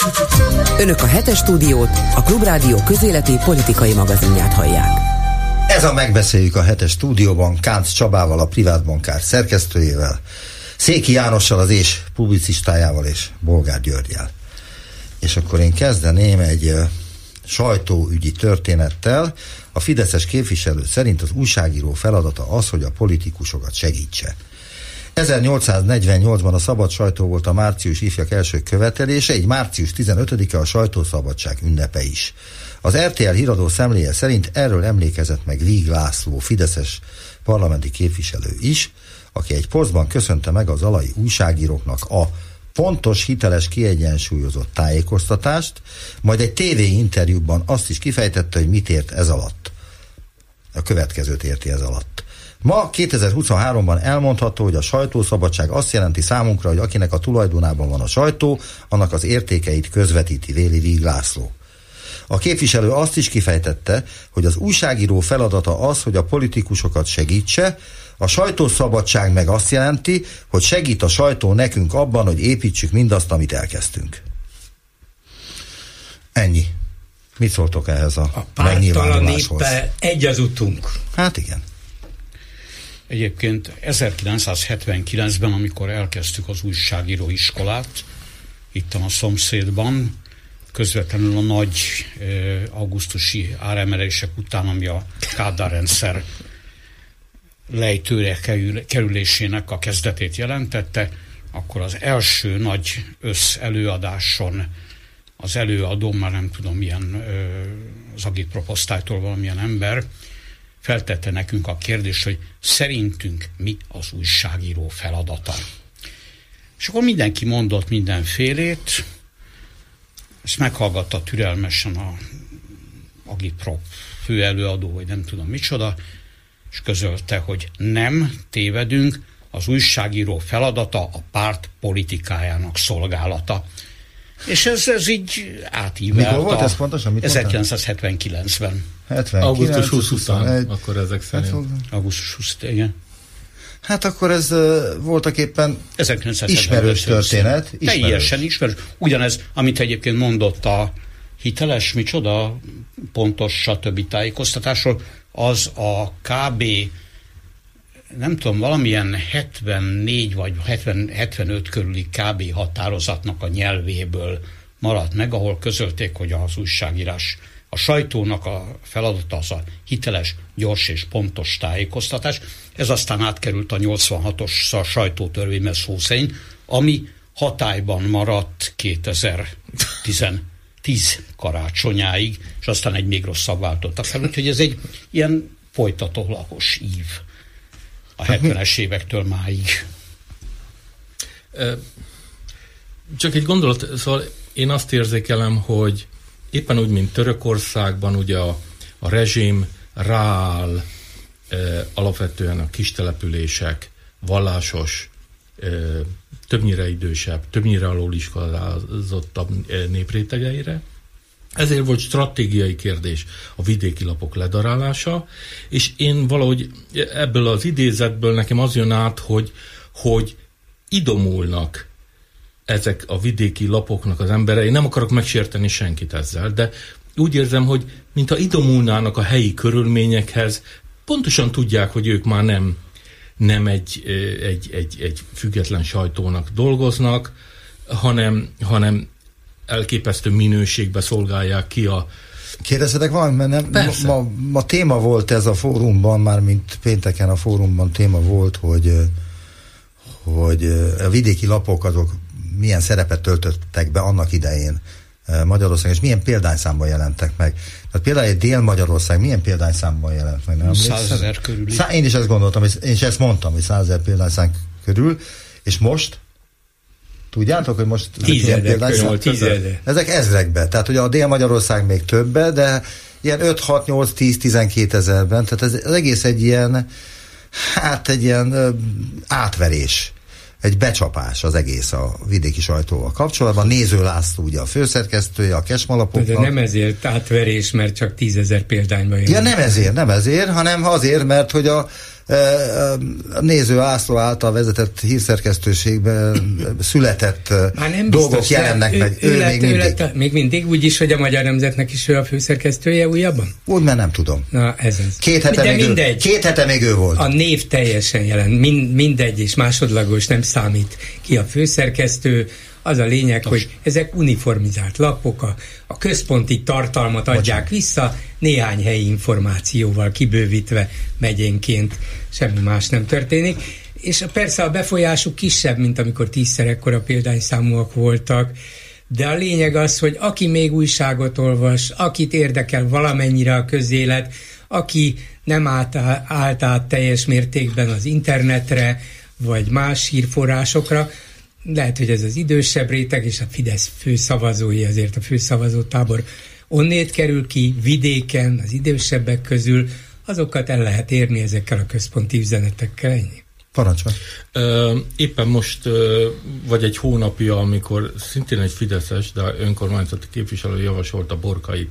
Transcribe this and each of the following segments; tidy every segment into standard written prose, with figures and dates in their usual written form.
Önök a Hetes Stúdiót, a Klubrádió közéleti politikai magazinját hallják. Ez a Megbeszéljük a Hetes Stúdióban Kánc Csabával, a Privát Bankár szerkesztőjével, Széki Jánossal, az És publicistájával és Bolgár Györgyel. És akkor én kezdeném egy sajtóügyi történettel. A fideszes képviselő szerint az újságíró feladata az, hogy a politikusokat segítse. 1848-ban a szabad sajtó volt a március ifjak első követelése, így március 15-e a sajtószabadság ünnepe is. Az RTL híradó szemléje szerint erről emlékezett meg Víg László, fideszes parlamenti képviselő is, aki egy posztban köszönte meg az alai újságíróknak a pontos, hiteles, kiegyensúlyozott tájékoztatást, majd egy TV interjúban azt is kifejtette, hogy mit ért ez alatt. A következőt érti ez alatt. Ma 2023-ban elmondható, hogy a sajtószabadság azt jelenti számunkra, hogy akinek a tulajdonában van a sajtó, annak az értékeit közvetíti, véli Víg László. A képviselő azt is kifejtette, hogy az újságíró feladata az, hogy a politikusokat segítse, a sajtószabadság meg azt jelenti, hogy segít a sajtó nekünk abban, hogy építsük mindazt, amit elkezdtünk. Ennyi. Mit szóltok ehhez a megnyilvánuláshoz? Egy az utunk. Hát igen. Egyébként 1979-ben, amikor elkezdtük az újságíró iskolát, itt a szomszédban, közvetlenül a nagy augusztusi áremelések után, ami a Kádár rendszer lejtőre kerülésének a kezdetét jelentette, akkor az első nagy összelőadáson az előadó, már nem tudom milyen, az agitproposztálytól valamilyen ember, feltette nekünk a kérdést, hogy szerintünk mi az újságíró feladata. És akkor mindenki mondott mindenfélét, ezt meghallgatta türelmesen a agitprop főelőadó, vagy nem tudom micsoda, és közölte, hogy nem tévedünk, az újságíró feladata a párt politikájának szolgálata. És ez így átívelte. Mikor volt ez pontosan? 1979-ben. Augusztus 20 után, akkor ezek szerint. Augusztus 20, igen. Hát akkor ez voltak éppen ismerős történet. Teljesen ismerős. Ugyanez, amit egyébként mondott a hiteles, micsoda, pontos, stb. Tájékoztatásról, az a kb. Nem tudom, valamilyen 74 vagy 75 körüli kb. Határozatnak a nyelvéből maradt meg, ahol közölték, hogy az újságírás, a sajtónak a feladata az a hiteles, gyors és pontos tájékoztatás. Ez aztán átkerült a 86-os sajtótörvénybe szó szerint, ami hatályban maradt 2010 karácsonyáig, és aztán egy még rosszabb váltottak fel. Úgyhogy ez egy ilyen folytatólagos ív a 70-es évektől máig. Csak egy gondolat, szóval én azt érzékelem, hogy éppen úgy, mint Törökországban, ugye a rezsim rááll alapvetően a kistelepülések vallásos, többnyire idősebb, többnyire alóliskolázottabb néprétegeire. Ezért volt stratégiai kérdés a vidéki lapok ledarálása, és én valahogy ebből az idézetből nekem az jön át, hogy idomulnak ezek a vidéki lapoknak az emberei. Nem akarok megsérteni senkit ezzel, de úgy érzem, hogy mintha idomulnának a helyi körülményekhez, pontosan tudják, hogy ők már nem egy független sajtónak dolgoznak, hanem elképesztő minőségbe szolgálják ki a... Kérdezhetek valamit, mert nem, ma téma volt ez a fórumban, már mint pénteken a fórumban téma volt, hogy a vidéki lapok azok milyen szerepet töltöttek be annak idején Magyarországon, és milyen példányszámban jelentek meg. Tehát például egy Dél-Magyarország milyen példányszámban jelent meg? 100 000 körül. Én is ezt gondoltam, és ezt mondtam, hogy 100 000 példányszám körül, és most tudjátok, hogy most 10 000. Ezek ezrekbe. Tehát ugye a Dél-Magyarország még többe, de ilyen 5, 6, 8, 10, 12 ezerben. Tehát ez az egész egy ilyen átverés. Egy becsapás az egész a vidéki sajtóval kapcsolatban. Néző László ugye a főszerkesztője a Kesmalapoknak. De nem ezért átverés, mert csak 10 000 példányban jön. Ja, nem ezért, hanem azért, mert hogy A Néző László által vezetett hírszerkesztőségben született dolgok biztos, jelennek meg. Még mindig úgy is, hogy a Magyar Nemzetnek is ő a főszerkesztője újabban? Úgy, mert nem tudom. Na, ez az. Két hete még ő volt. A név teljesen jelen, mindegy és másodlagos, nem számít ki a főszerkesztő. Az a lényeg, hogy ezek uniformizált lapok, a központi tartalmat adják vissza, néhány helyi információval kibővítve megyénként, semmi más nem történik. És persze a befolyásuk kisebb, mint amikor 10-szer ekkora példányszámúak voltak, de a lényeg az, hogy aki még újságot olvas, akit érdekel valamennyire a közélet, aki nem állt át teljes mértékben az internetre, vagy más hírforrásokra, lehet, hogy ez az idősebb réteg, és a Fidesz főszavazói, azért a főszavazótábor onnét kerül ki, vidéken, az idősebbek közül, azokat el lehet érni ezekkel a központi üzenetekkel, ennyi. Parancsolj. Éppen most, vagy egy hónapja, amikor szintén egy fideszes, de önkormányzati képviselő javasolta Borkait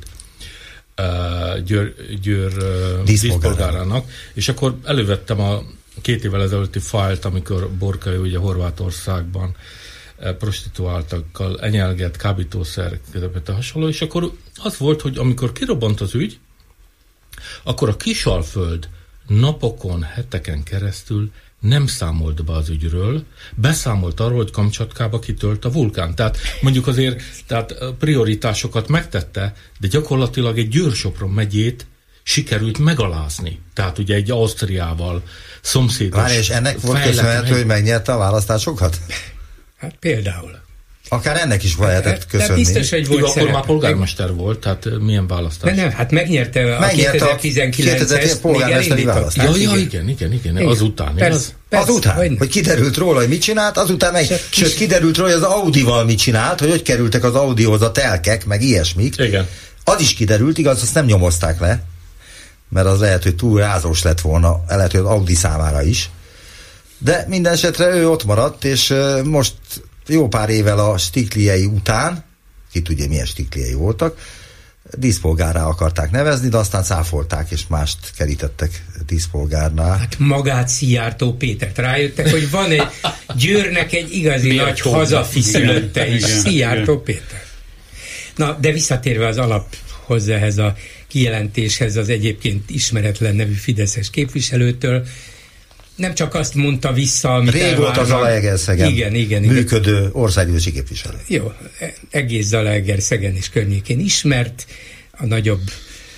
Győr díszpolgárának, és akkor elővettem a 2 évvel ezelőtti fájlt, amikor Borkai ugye Horvátországban prostituáltakkal enyelget, kábítószer közepette hasonló, és akkor az volt, hogy amikor kirobbant az ügy, akkor a Kisalföld napokon, heteken keresztül nem számolt be az ügyről, beszámolt arról, hogy Kamcsatkába kitölt a vulkán. Tehát mondjuk azért prioritásokat megtette, de gyakorlatilag egy Győr-Sopron megyét sikerült megalázni. Tehát ugye egy Ausztriával szomszédos... Várj, és ennek volt köszönhető, hogy megnyerte a választásokat? Hát például. Akár ennek is lehetett köszönni. Biztos, hogy volt akkor már polgármester volt, tehát milyen választás? Nem, hát megnyerte a 2019-es polgármesteri választás. Ja, igen, azután. Azután, hogy kiderült róla, hogy mit csinált, azután sőt, kiderült róla, hogy az Audival mit csinált, hogy kerültek az Audihoz a telkek, meg ilyesmik. Igen. Az is kiderült, igaz, azt nem nyomozták le, mert az lehet, hogy túl rázós lett volna, lehet, hogy az Audi számára is. De minden esetre ő ott maradt, és most jó pár évvel a stikliei után, ki tudja, milyen stikliei voltak, díszpolgárrá akarták nevezni, de aztán cáfolták, és mást kerítettek díszpolgárnál. Hát magát Szijjártó Pétert rájöttek, hogy van egy Győrnek egy igazi nagy hazafi szülötte is, Szijjártó Péter. Na, de visszatérve az alaphoz, ehhez a kijelentéshez az egyébként ismeretlen nevű fideszes képviselőtől, nem csak azt mondta vissza, amit régóta Zalaegerszegen működő országgyűlési képviselő. Jó, egész Zalaegerszegen és környékén ismert, a nagyobb,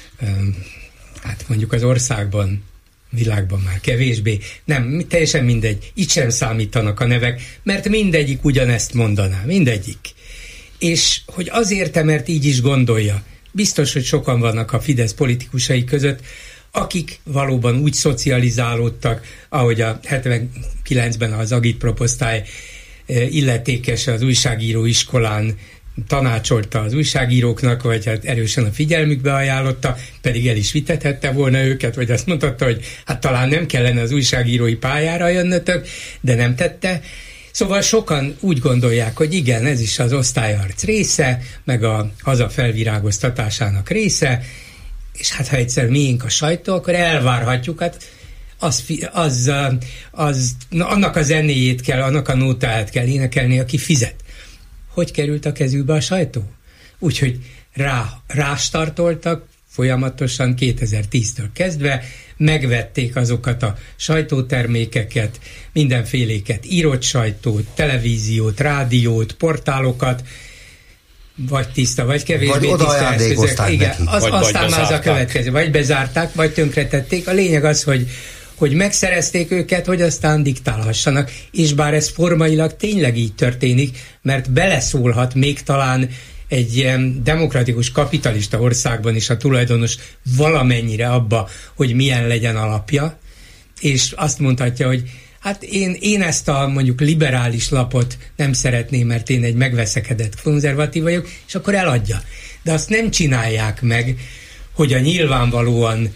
hát mondjuk az országban, világban már kevésbé. Nem, teljesen mindegy. Itt sem számítanak a nevek, mert mindegyik ugyanezt mondaná. Mindegyik. És hogy azért, mert így is gondolja. Biztos, hogy sokan vannak a Fidesz politikusai között, akik valóban úgy szocializálódtak, ahogy a 79-ben az agitproposztály illetékes az újságíró iskolán tanácsolta az újságíróknak, vagy hát erősen a figyelmükbe ajánlotta, pedig el is vitethette volna őket, vagy azt mondhatta, hogy hát talán nem kellene az újságírói pályára jönnötök, de nem tette. Szóval sokan úgy gondolják, hogy igen, ez is az osztályharc része, meg a haza felvirágoztatásának része, és hát ha egyszer miénk a sajtó, akkor elvárhatjuk, hát annak a zenéjét kell, annak a nótáját kell énekelni, aki fizet. Hogy került a kezükbe a sajtó? Úgyhogy rástartoltak folyamatosan 2010-től kezdve, megvették azokat a sajtótermékeket, mindenféléket, írott sajtót, televíziót, rádiót, portálokat, vagy tiszta, vagy kevésbé tiszta eszközök. Igen, aztán már az a következő. Vagy bezárták, vagy tönkretették. A lényeg az, hogy megszerezték őket, hogy aztán diktálhassanak. És bár ez formailag tényleg így történik, mert beleszólhat még talán egy ilyen demokratikus kapitalista országban is a tulajdonos valamennyire abba, hogy milyen legyen alapja, és azt mondhatja, hogy hát én ezt a mondjuk liberális lapot nem szeretném, mert én egy megveszekedett konzervatív vagyok, és akkor eladja. De azt nem csinálják meg, hogy a nyilvánvalóan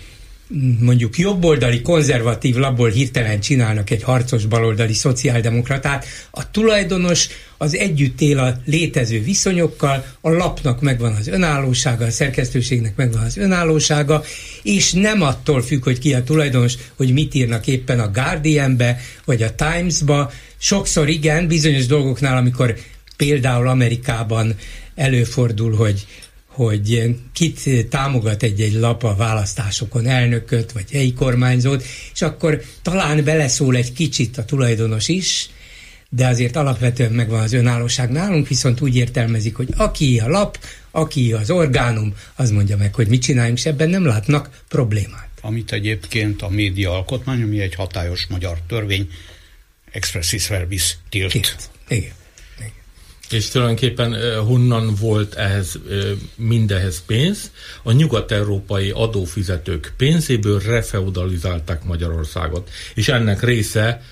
mondjuk jobboldali konzervatív labból hirtelen csinálnak egy harcos baloldali szociáldemokratát, a tulajdonos az együtt él a létező viszonyokkal, a lapnak megvan az önállósága, a szerkesztőségnek megvan az önállósága, és nem attól függ, hogy ki a tulajdonos, hogy mit írnak éppen a Guardianbe, vagy a Timesba. Sokszor igen, bizonyos dolgoknál, amikor például Amerikában előfordul, hogy kit támogat egy lap a választásokon, elnököt, vagy helyi kormányzót, és akkor talán beleszól egy kicsit a tulajdonos is, de azért alapvetően megvan az önállóság. Nálunk viszont úgy értelmezik, hogy aki a lap, aki az orgánum, az mondja meg, hogy mit csináljunk, és ebben nem látnak problémát. Amit egyébként a média alkotmány, ami egy hatályos magyar törvény, expressis verbis tilt. Igen. És tulajdonképpen honnan volt mindehez pénz? A nyugat-európai adófizetők pénzéből refeudalizálták Magyarországot. És ennek része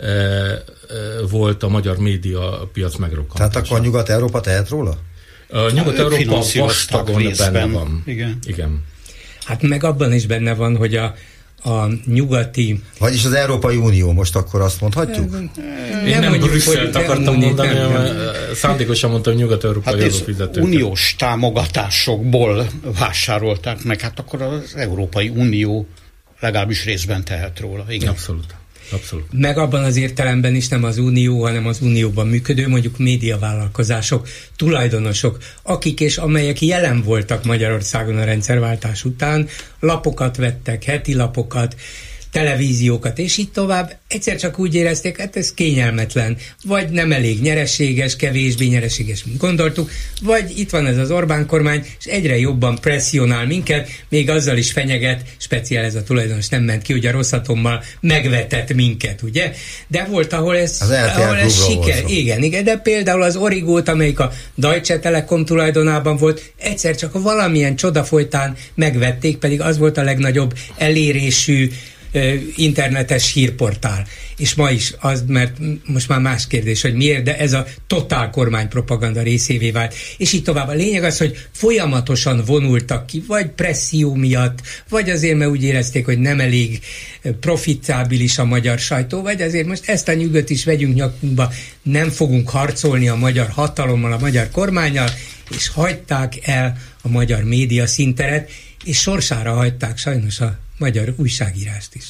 volt a magyar médiapiac megrokkantása. Tehát akkor Nyugat-Európa tehet róla? A Nyugat-Európa vastagon benne van. Igen. Hát meg abban is benne van, hogy a nyugati... Vagyis az Európai Unió, most akkor azt mondhatjuk? Én nem Brüsszelt akartam mondani, szándékosan mondtam, hogy nyugat-európai adófizetők. Uniós támogatásokból vásárolták meg, hát akkor az Európai Unió legalábbis részben tehet róla. Igen. Abszolút. Meg abban az értelemben is nem az Unió, hanem az Unióban működő, mondjuk médiavállalkozások, tulajdonosok, akik és amelyek jelen voltak Magyarországon a rendszerváltás után, lapokat vettek, heti lapokat, televíziókat, és így tovább, egyszer csak úgy érezték, hát ez kényelmetlen, vagy nem elég nyereséges, kevésbé nyereséges, mint gondoltuk, vagy itt van ez az Orbán kormány, és egyre jobban presszionál minket, még azzal is fenyeget, speciál ez a tulajdonos nem ment ki, ugye a Rosszatommal megvetett minket, ugye? De volt, ahol ez siker. Igen, de például az Origót, amelyik a Deutsche Telekom tulajdonában volt, egyszer csak valamilyen csoda folytán megvették, pedig az volt a legnagyobb elérésű internetes hírportál. És ma is az, mert most már más kérdés, hogy miért, de ez a totál kormánypropaganda részévé vált. És így tovább. A lényeg az, hogy folyamatosan vonultak ki, vagy presszió miatt, vagy azért, mert úgy érezték, hogy nem elég profitábilis a magyar sajtó, vagy azért most ezt a nyugat is vegyünk nyakunkba, nem fogunk harcolni a magyar hatalommal, a magyar kormánnyal, és hagyták el a magyar média színteret, és sorsára hagyták sajnos a magyar újságírást is.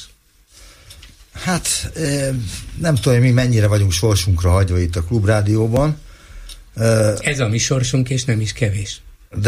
Hát nem tudom, hogy mi mennyire vagyunk sorsunkra hagyva itt a Klubrádióban. Ez a mi sorsunk, és nem is kevés.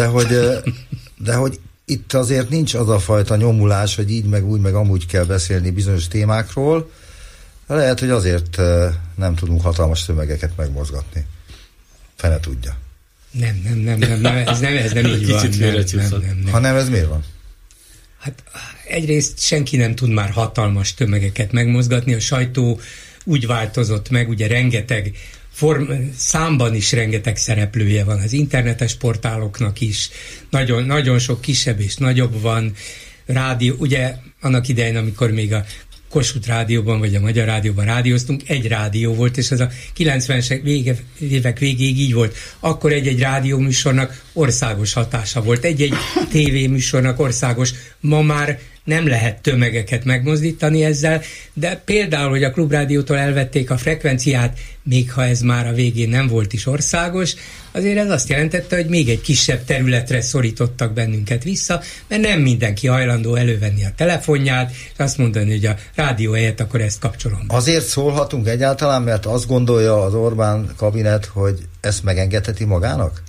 De hogy itt azért nincs az a fajta nyomulás, hogy így meg úgy meg amúgy kell beszélni bizonyos témákról. Lehet, hogy azért nem tudunk hatalmas tömegeket megmozgatni. Fene tudja. Nem, ez nem így van. Nem. Ha nem, ez miért van? Hát egyrészt senki nem tud már hatalmas tömegeket megmozgatni, a sajtó úgy változott meg, ugye rengeteg számban is rengeteg szereplője van, az internetes portáloknak is, nagyon, nagyon sok kisebb és nagyobb van, rádió, ugye annak idején, amikor még a Kossuth Rádióban vagy a Magyar Rádióban rádióztunk, egy rádió volt, és ez a 90-es évek végéig így volt. Akkor egy-egy rádióműsornak országos hatása volt, egy-egy tévéműsornak országos. Ma már nem lehet tömegeket megmozdítani ezzel, de például, hogy a Klubrádiótól elvették a frekvenciát, még ha ez már a végén nem volt is országos, azért ez azt jelentette, hogy még egy kisebb területre szorítottak bennünket vissza, mert nem mindenki hajlandó elővenni a telefonját, és azt mondani, hogy a rádió helyett akkor ezt kapcsolom. Azért szólhatunk egyáltalán, mert azt gondolja az Orbán kabinet, hogy ezt megengedheti magának?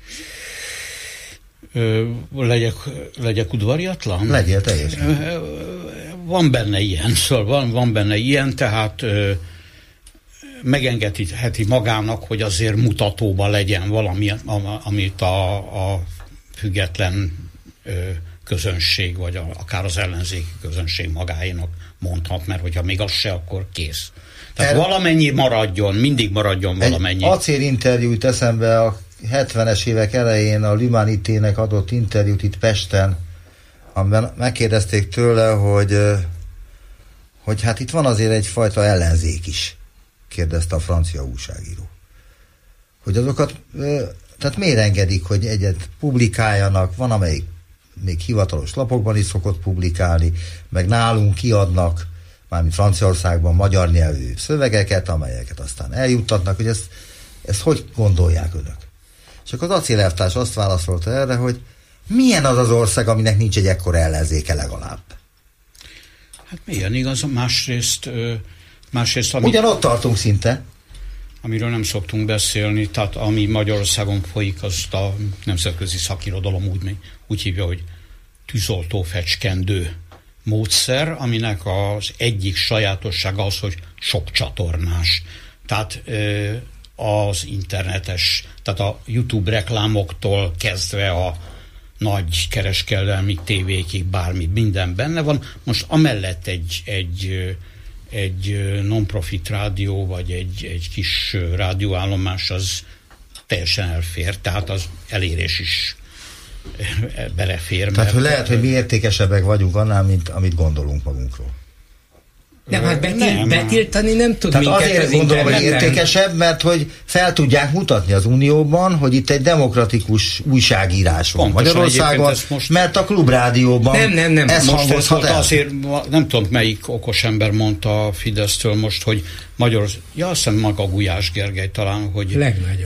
Legyek udvariatlan? Legyél teljesen. Van benne ilyen, szóval van benne ilyen, tehát megengedheti magának, hogy azért mutatóban legyen valami, amit a független közönség, vagy akár az ellenzéki közönség magáénak mondhat, mert hogyha még az se, akkor kész. Tehát valamennyi maradjon, mindig maradjon valamennyi. Egy acélinterjút eszembe a 70-es évek elején a L'Humanité-nek adott interjút itt Pesten, amiben megkérdezték tőle, hogy hát itt van azért egyfajta ellenzék is, kérdezte a francia újságíró. Hogy azokat, tehát miért engedik, hogy egyet publikáljanak, van amelyik még hivatalos lapokban is szokott publikálni, meg nálunk kiadnak, mármint Franciaországban magyar nyelvű szövegeket, amelyeket aztán eljuttatnak, hogy ezt hogy gondolják önök. És akkor az acélelvtárs azt válaszolta erre, hogy milyen az az ország, aminek nincs egy ekkora ellenzéke legalább. Hát milyen igaz, másrészt ugyanott tartunk szinte. Amiről nem szoktunk beszélni, tehát ami Magyarországon folyik, azt a nemzetközi szakirodalom úgy hívja, hogy tűzoltó-fecskendő módszer, aminek az egyik sajátossága az, hogy sok csatornás. Tehát az internetes, tehát a YouTube reklámoktól kezdve a nagy kereskedelmi tévékig bármi, minden benne van. Most amellett egy non-profit rádió, vagy egy kis rádióállomás az teljesen elfér, tehát az elérés is belefér. Tehát hogy lehet, hogy mi értékesebbek vagyunk annál, mint amit gondolunk magunkról. Nem, hát betiltani nem tud tehát minket azért az gondolom, hogy interneten. értékesebb, mert hogy fel tudják mutatni az Unióban, hogy itt egy demokratikus újságírás van Magyarországon, mert a Klubrádióban nem. ez most hangozhat el. Azért nem tudom, melyik okos ember mondta a Fidesztől most, hogy azt hiszem maga Gulyás Gergely talán, hogy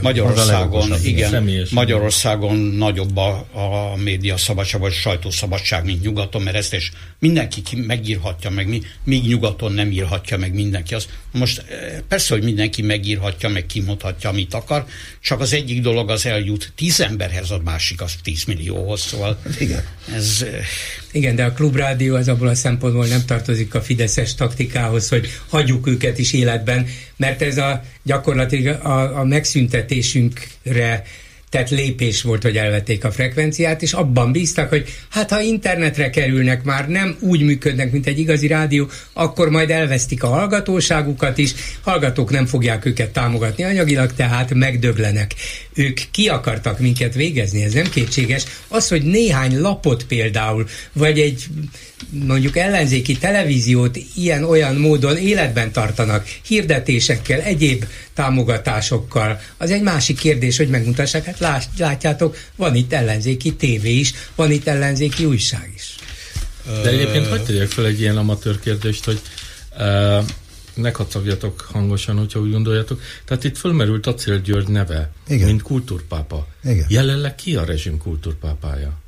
Magyarországon nagyobb a média szabadság, vagy sajtószabadság, mint nyugaton, mert ezt is mindenki megírhatja meg, míg nyugaton nem írhatja meg mindenki. Most persze, hogy mindenki megírhatja, meg kimondhatja, amit akar, csak az egyik dolog az eljut 10 emberhez, a másik az 10 millióhoz, szóval igen. Igen, de a Klubrádió az abból a szempontból nem tartozik a fideszes taktikához, hogy hagyjuk őket is életben, mert ez gyakorlatilag a megszüntetésünkre tett lépés volt, hogy elvették a frekvenciát, és abban bíztak, hogy hát ha internetre kerülnek, már nem úgy működnek, mint egy igazi rádió, akkor majd elvesztik a hallgatóságukat is, hallgatók nem fogják őket támogatni anyagilag, tehát megdöglenek. Ők ki akartak minket végezni, ez nem kétséges. Az, hogy néhány lapot például, vagy egy mondjuk ellenzéki televíziót ilyen-olyan módon életben tartanak, hirdetésekkel, egyéb támogatásokkal, az egy másik kérdés, hogy megmutassák, hát látjátok, van itt ellenzéki tévé is, van itt ellenzéki újság is. De egyébként hagyd tegyek fel egy ilyen amatőr kérdést, hogy ne kacagjatok hangosan, hogyha úgy gondoljátok. Tehát itt fölmerült Acél György neve, igen, mint kultúrpápa. Igen. Jelenleg ki a rezsim kultúrpápája?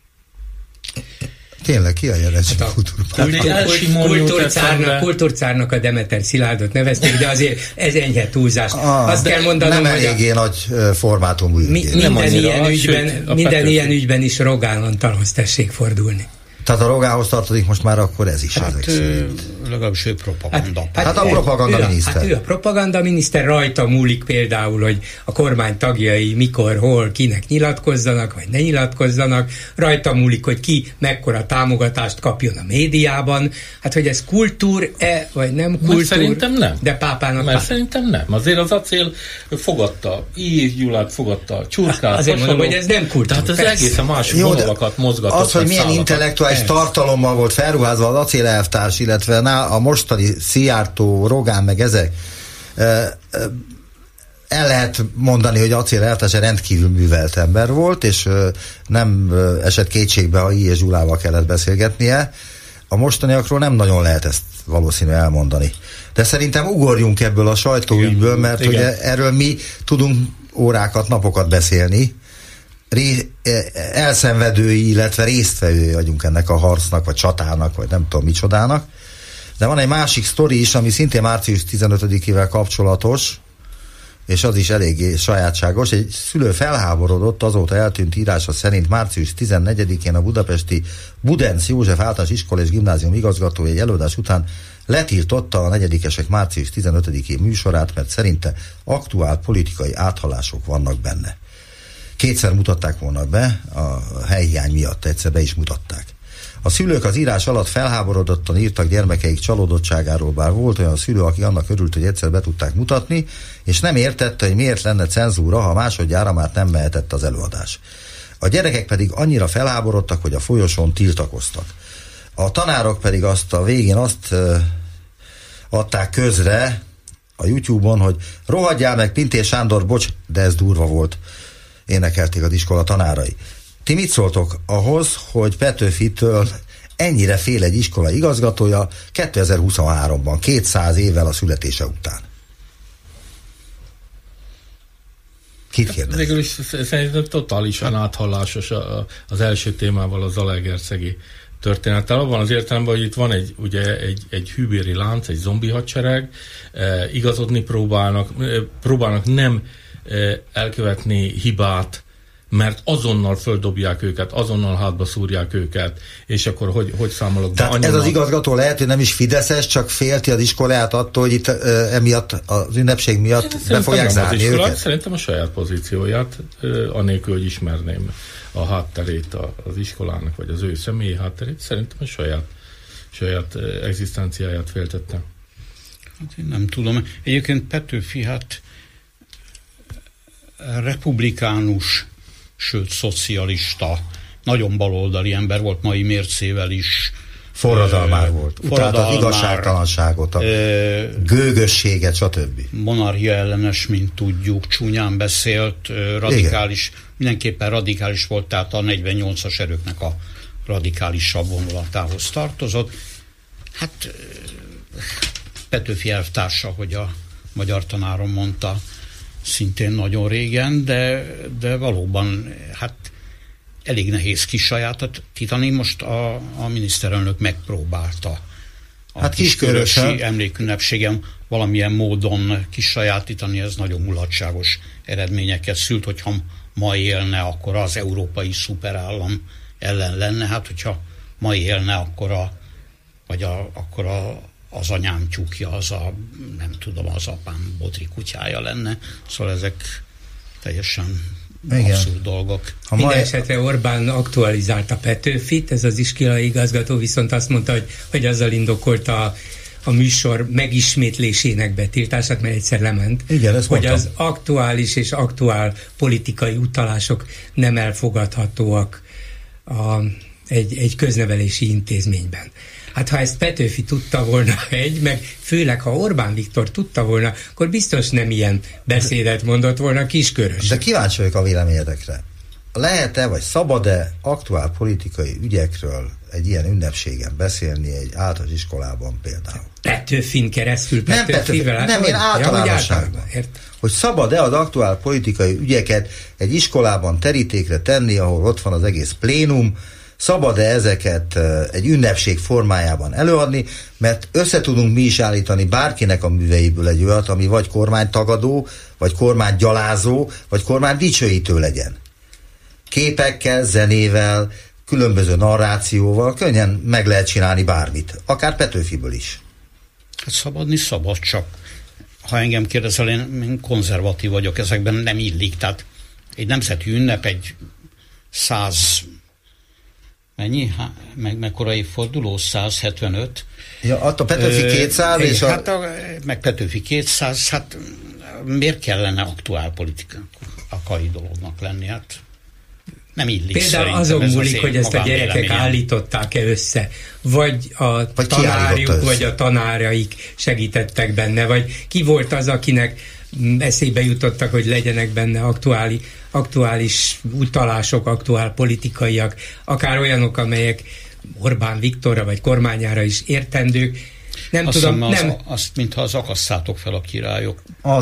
Tényleg, ki a rezsim kultúrpápája? Kultúrcárnak a Demeter Szilárdot nevezték, de azért ez enyhe túlzás. Azt kell mondanom, nem eléggé nagy formátumú minden ilyen ügyben is Rogán Antalhoz tessék fordulni. Tehát a Rogához tartozik most már akkor ez is ezek szerint. Legalábbis ő propaganda. Hát a propagandaminiszter. Ő a propagandaminiszter, rajta múlik például, hogy a kormány tagjai mikor, hol, kinek nyilatkozzanak, vagy ne nyilatkozzanak. Rajta múlik, hogy ki mekkora támogatást kapjon a médiában. Hát, hogy ez kultúr-e, vagy nem kultúr? Szerintem nem. De pápának mert szerintem nem. Azért az Acél fogadta, Így Gyulát fogadta, Csurkát. Azért mondom, hogy ez nem kultúr. Tehát ez egészen más vonalakat mozgatott. Az, hogy milyen intellektuális tartalommal volt felruházva az acélelvtárs, illetve a mostani Szijjártó, Rogán, meg ezek, el lehet mondani, hogy acélelvtárs rendkívül művelt ember volt, és nem esett kétségbe, ha I. és Gyulával kellett beszélgetnie. A mostaniakról nem nagyon lehet ezt valószínű elmondani. De szerintem ugorjunk ebből a sajtóügyből, mert hogy erről mi tudunk órákat, napokat beszélni. Elszenvedői, illetve résztvevői vagyunk ennek a harcnak, vagy csatának, vagy nem tudom micsodának. De van egy másik sztori is, ami szintén március 15-ével kapcsolatos, és az is eléggé sajátságos. Egy szülő felháborodott, azóta eltűnt írása szerint március 14-én a budapesti Budenc József Általános Iskola és Gimnázium igazgatója egy előadás után letiltotta a negyedikesek március 15-i műsorát, mert szerinte aktuál politikai áthalások vannak benne. Kétszer mutatták volna be, a helyhiány miatt egyszer be is mutatták. A szülők az írás alatt felháborodottan írtak gyermekeik csalódottságáról, bár volt olyan szülő, aki annak örült, hogy egyszer be tudták mutatni, és nem értette, hogy miért lenne cenzúra, ha másodjára már nem mehetett az előadás. A gyerekek pedig annyira felháborodtak, hogy a folyosón tiltakoztak. A tanárok pedig a végén azt adták közre a YouTube-on, hogy rohadjál meg, Pintér Sándor, bocs, de ez durva volt. Énekelték az iskola tanárai. Ti mit szóltok ahhoz, hogy Petőfitől ennyire fél egy iskola igazgatója 2023-ban, 200 évvel a születése után? Kit kérdez? Végül is szerintem totálisan áthallásos az első témával, a zalaegerszegi történettel. Abban az értelemben, hogy itt van egy hűbéri lánc, egy zombi hadsereg, igazodni próbálnak nem elkövetni hibát, mert azonnal földobják őket, azonnal hátba szúrják őket, és akkor hogy számolok be? Tehát ez az igazgató lehet, hogy nem is fideszes, csak félti az iskolát attól, hogy itt emiatt, az ünnepség miatt be fogják zárni őket? Szerintem a saját pozícióját, anélkül, hogy ismerném a hátterét az iskolának, vagy az ő személyi hátterét, szerintem a saját egzisztenciáját féltette. Hát én nem tudom. Egyébként Petőfi, republikánus, sőt szocialista, nagyon baloldali ember volt, mai mércével is. Forradalmár volt. Utálta az igazságtalanságot, a gőgösséget, stb. Monarchia ellenes, mint tudjuk, csúnyán beszélt, radikális, igen. Mindenképpen radikális volt, tehát a 48-as erőknek a radikálisabb vonulatához tartozott. Hát Petőfi elvtársa, hogy a magyar tanárom mondta, szintén nagyon régen, de valóban elég nehéz kisajátítani. Most a miniszterelnök megpróbálta a Kiskörösi emlékünnepségen valamilyen módon kisajátítani, ez nagyon mulatságos eredményeket szült, hogyha ma élne, akkor az európai szuperállam ellen lenne, hogyha ma élne, akkor az anyám tyúkja, az apám bodri kutyája lenne. Szóval ezek teljesen abszurd dolgok. Minden esetre Orbán aktualizálta Petőfit, ez az iskolai igazgató viszont azt mondta, hogy azzal indokolta a műsor megismétlésének betiltását, mert egyszer lement, igen, hogy mondtam. Az aktuális és aktuál politikai utalások nem elfogadhatóak egy köznevelési intézményben. Hát ha ezt Petőfi tudta volna meg főleg ha Orbán Viktor tudta volna, akkor biztos nem ilyen beszédet mondott volna Kiskörös. De kíváncsi vagyok a véleményedekre. Lehet-e, vagy szabad-e aktuál politikai ügyekről egy ilyen ünnepségen beszélni egy általános iskolában például? Petőfin keresztül, Petőfivel? Nem, én általánosságban. Hogy szabad-e az aktuál politikai ügyeket egy iskolában terítékre tenni, ahol ott van az egész plénum, szabad-e ezeket egy ünnepség formájában előadni, mert összetudunk mi is állítani bárkinek a műveiből egy olyat, ami vagy kormánytagadó, vagy kormánygyalázó, vagy kormánydicsőítő legyen. Képekkel, zenével, különböző narrációval könnyen meg lehet csinálni bármit, akár Petőfiből is. Hát szabadni szabad, csak ha engem kérdezel, én konzervatív vagyok, ezekben nem illik, tehát egy nemzeti ünnep, egy 100 mennyi? Mekkora évforduló? 175? Ja, a Petőfi 200 és meg Petőfi 200, miért kellene aktuál politikai dolognak lenni? Nem illik. Például azon múlik, hogy ezt a gyerekek állították-e össze, vagy a tanárjuk, vagy a tanáraik segítettek benne, vagy ki volt az, akinek eszébe jutottak, hogy legyenek benne aktuális utalások, aktuál politikaiak, akár olyanok, amelyek Orbán Viktorra vagy kormányára is értendők. Nem azt tudom, azt, mintha az akasszátok fel a királyok.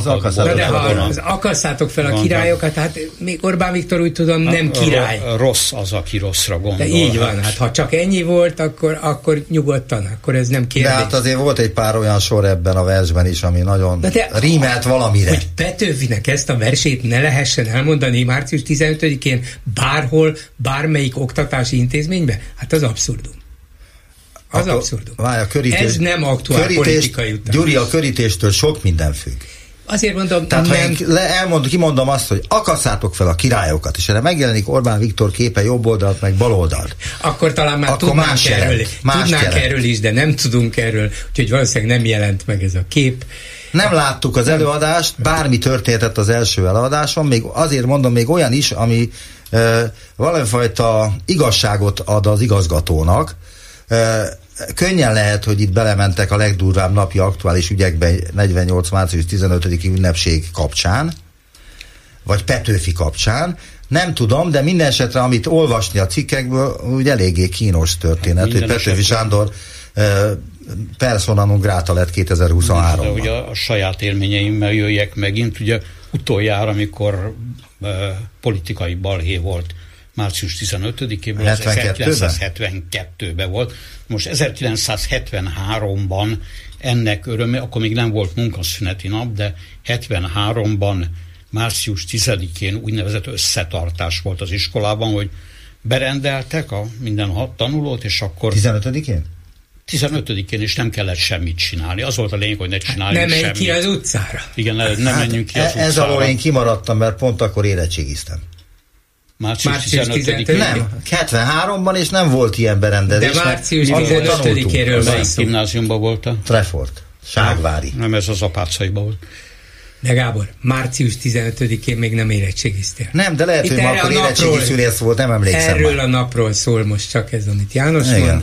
Az akasszátok fel a királyokat, hát még Orbán Viktor úgy tudom nem király. Rossz az, aki rosszra gondol. De így van, ha csak ennyi volt, akkor nyugodtan, akkor ez nem kérdés. De hát azért volt egy pár olyan sor ebben a versben is, ami nagyon rímelt valamire. Hogy Petőfinek ezt a versét ne lehessen elmondani március 15-én bárhol, bármelyik oktatási intézményben? Hát az abszurdum. Az abszurdum. Ez nem aktuál politikai után. Gyuri, a körítéstől sok minden függ. Azért mondom, tehát ha én kimondom azt, hogy akasszátok fel a királyokat, és erre megjelenik Orbán Viktor képe jobb oldalt, meg bal oldalt. Akkor talán már tudnánk erről is, de nem tudunk erről, úgyhogy valószínűleg nem jelent meg ez a kép. Nem láttuk az előadást, bármi történhetett az első előadáson, még azért mondom, még olyan is, ami valamifajta igazságot ad az igazgatónak. Könnyen lehet, hogy itt belementek a legdurvább napi aktuális ügyekbe 48. március 15. ünnepség kapcsán, vagy Petőfi kapcsán, Nem tudom, de minden esetre, amit olvasni a cikkekből, úgy eléggé kínos történet, hogy Petőfi Sándor persona non grata lett 2023-ban. De ugye a saját élményeimmel jöjjek megint, ugye utoljára, amikor politikai balhé volt március 15-éből, az 1972-ben volt. Most 1973-ban ennek öröme, akkor még nem volt munkaszüneti nap, de 73-ban március 10-én úgynevezett összetartás volt az iskolában, hogy berendeltek a minden 6 tanulót, és akkor... 15-én? 15-én, és nem kellett semmit csinálni. Az volt a lényeg, hogy ne csináljunk semmit. Nem menj ki az utcára. Igen, nem menjünk ki az utcára. Ez alól én kimaradtam, mert pont akkor érettségiztem. Március 15-én? Nem, 73-ban, és nem volt ilyen berendezés. De március 15-éről van szó. Gimnáziumban voltam? Trefort, Ságvári. Nem, ez az Apácaiban volt. De Gábor, március 15-én még nem érettségiztél. Nem, de lehet, hogy ma akkor érettségi szülész volt, nem emlékszem. Erről a napról szól most csak ez, amit János mond.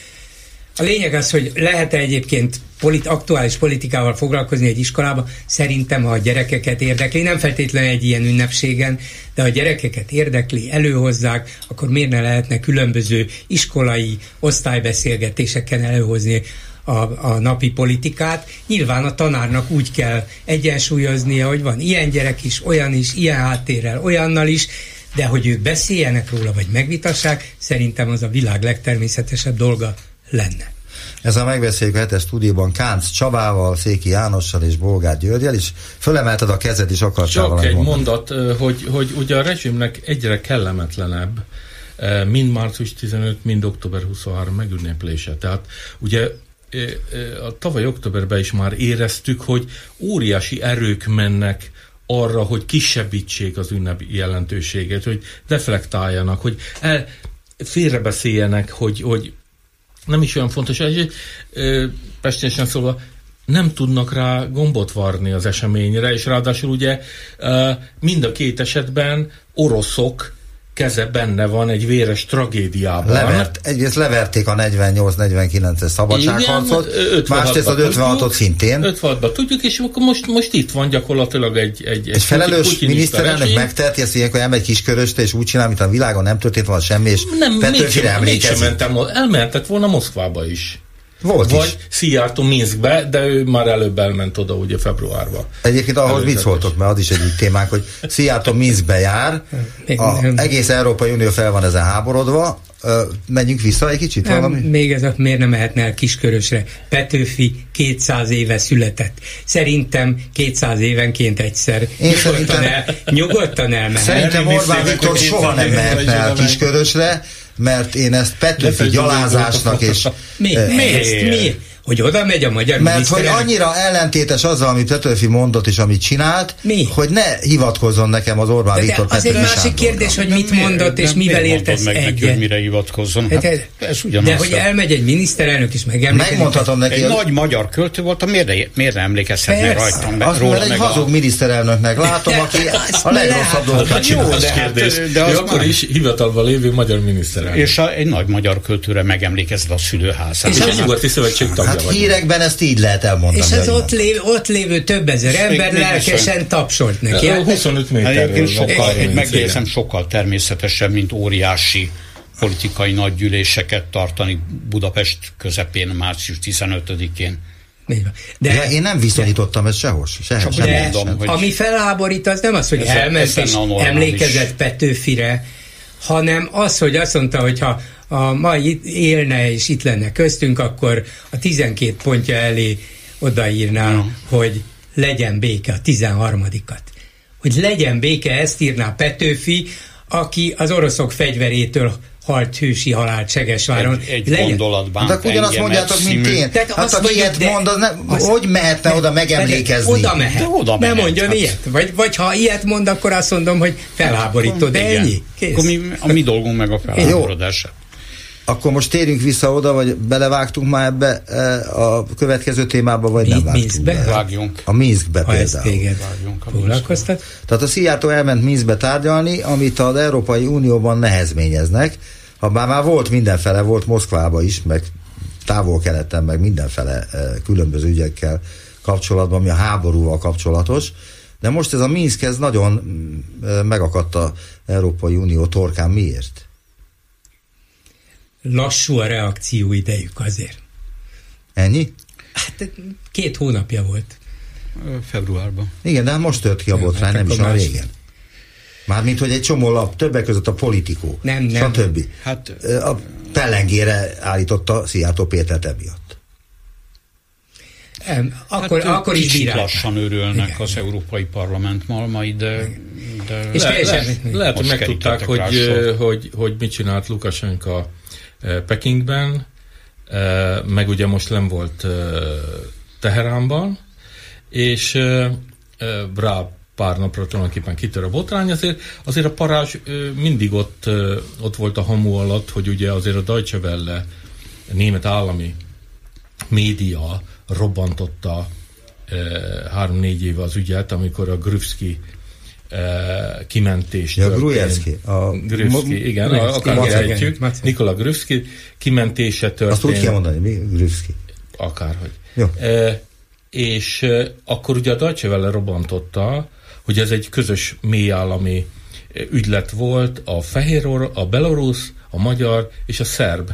A lényeg az, hogy lehet-e egyébként aktuális politikával foglalkozni egy iskolában, szerintem, ha a gyerekeket érdekli, nem feltétlenül egy ilyen ünnepségen, de ha a gyerekeket érdekli, előhozzák, akkor miért ne lehetne különböző iskolai osztálybeszélgetéseken előhozni a napi politikát. Nyilván a tanárnak úgy kell egyensúlyoznia, hogy van ilyen gyerek is, olyan is, ilyen háttérrel, olyannal is, de hogy ők beszéljenek róla, vagy megvitassák, szerintem az a világ legtermészetesebb dolga lenne. Ezzel megbeszéljük a hetes stúdióban Kánc Csabával, Széki Jánossal és Bolgár Györgyel, és fölemelted a kezed, és akartál valami mondani. Csak egy mondat, hogy ugye a rezsimnek egyre kellemetlenebb mind március 15, mind október 23 megünneplése. Tehát ugye a tavaly októberben is már éreztük, hogy óriási erők mennek arra, hogy kisebbítsék az ünnep jelentőségét, hogy deflektáljanak, hogy félrebeszéljenek, hogy nem is olyan fontos, pestésen szólva, nem tudnak rá gombot varni az eseményre, és ráadásul ugye mind a két esetben oroszok keze benne van egy véres tragédiában. Egyrészt leverték a 48-49-es szabadságharcot, másrészt az 56-ot szintén. 56-ban tudjuk, és akkor most itt van gyakorlatilag egy felelős miniszterelnök megteheti ezt ilyenkor, elmegy Kiskörösre, és úgy csinál, mint a világon nem történt volna semmi, és Petőfire emlékezik. Elmehetett volna Moszkvába is. Volt vagy is. Szijjártó Minszkbe, de ő már előbb elment oda ugye februárban. Egyébként ahhoz mit szóltok, mert az is egy témánk, hogy Szijjártó Minszkbe jár, egész Európai Unió fel van ezen háborodva, menjünk vissza egy kicsit? Nem, még ez miért nem mehetne el Kiskörösre? Petőfi 200 éve született. Szerintem 200 évenként egyszer. Nyugodtan elmehet. Szerintem Orbán Viktor soha nem mehetne el Kiskörösre, mert én ezt Petőfi gyalázásnak és... Miért? Hogy oda megy a magyar mert hogy annyira ellentétes azzal, amit Petőfi mondott és amit csinált, hogy ne hivatkozzon nekem az Orbán Viktor Petőfi Sándorra. Az egy másik kérdés, hogy mit mondott és mivel értesz egyet. Hogy mire hivatkozzon? Ez ugyanaz. De hogy elmegy egy miniszterelnök is megemlékezik. Megmondhatom neki. Egy nagy magyar költő volt, miért nem emlékezhetne rajtam? Azt mert egy hazug miniszterelnöknek látom, aki a legrosszabb dolgokat csinál. De akkor is hivatalban lévő magyar miniszterelnök. És egy nagy magyar költőre megemlékezett a szülőházán. És a Nyugati Szövetség tagja. Hát hírekben ezt így lehet elmondani. És az ott lévő több ezer ember lelkesen tapsolt neki. 25 méterről. Megjegyzem, sokkal természetesebb, mint óriási politikai nagygyűléseket tartani Budapest közepén március 15-én. De én nem viszonyítottam ezt sehol. Ami felháborít, az nem az, hogy elment és emlékezett Petőfire, hanem az, hogy azt mondta, hogy ha ma élne és itt lenne köztünk, akkor a 12 pontja elé odaírná, hogy legyen béke, a 13-at. Hogy legyen béke, ezt írná Petőfi, aki az oroszok fegyverétől halt hősi halált Segesváron. Egy gondolatban. De ugyanazt mondjátok, mint én. Hát aki ilyet mond, hogy mehetne oda megemlékezni? Oda mehet. Nem mondjon ilyet. Vagy ha ilyet mond, akkor azt mondom, hogy felháborító. De ennyi. Akkor a mi dolgunk meg a felháborodását. Akkor most térjünk vissza oda, vagy belevágtunk már ebbe a következő témába, vagy nem vágtunk be? Vágjunk. A Minszkbe például. Foglalkoztat. Tehát a Szijjártó elment Minszkbe tárgyalni, amit az Európai Unióban nehezményeznek. Habár már volt mindenfele, volt Moszkvába is, meg Távol-Keleten, meg mindenfele különböző ügyekkel kapcsolatban, ami a háborúval kapcsolatos. De most ez a Minszk, ez nagyon megakadt az Európai Unió torkán. Miért? Lassú a reakció idejük azért. Ennyi? Hát 2 hónapja volt. Februárban. Igen, de most tört ki a botrány, nem is olyan régen. Mármint, hogy egy csomó lap, többek között a Politikó, stb. Hát, a pellengére állította Szijjártó Pétert emiatt. Akkor is bírálták. Lassan örülnek. Igen. Az Európai Parlament malmai, de és lehet, hogy megtudták, hogy mit csinált Lukasenka Pekingben, meg ugye most nem volt Teheránban, és rá pár napra tulajdonképpen kitör a botrány, azért a parázs mindig ott volt a hamu alatt, hogy ugye azért a Deutsche Welle, a német állami média robbantotta 3-4 éve az ügyet, amikor a Gruevski kimentés történt. Gruevski, igen, akár ejtjük. Nikola Gruevski kimentése történt. Azt úgy kell mondani, mi Gruevski? Akárhogy. És akkor ugye a Deutsche Welle robbantotta, hogy ez egy közös mélyállami ügylet volt a a belorusz, a magyar és a szerb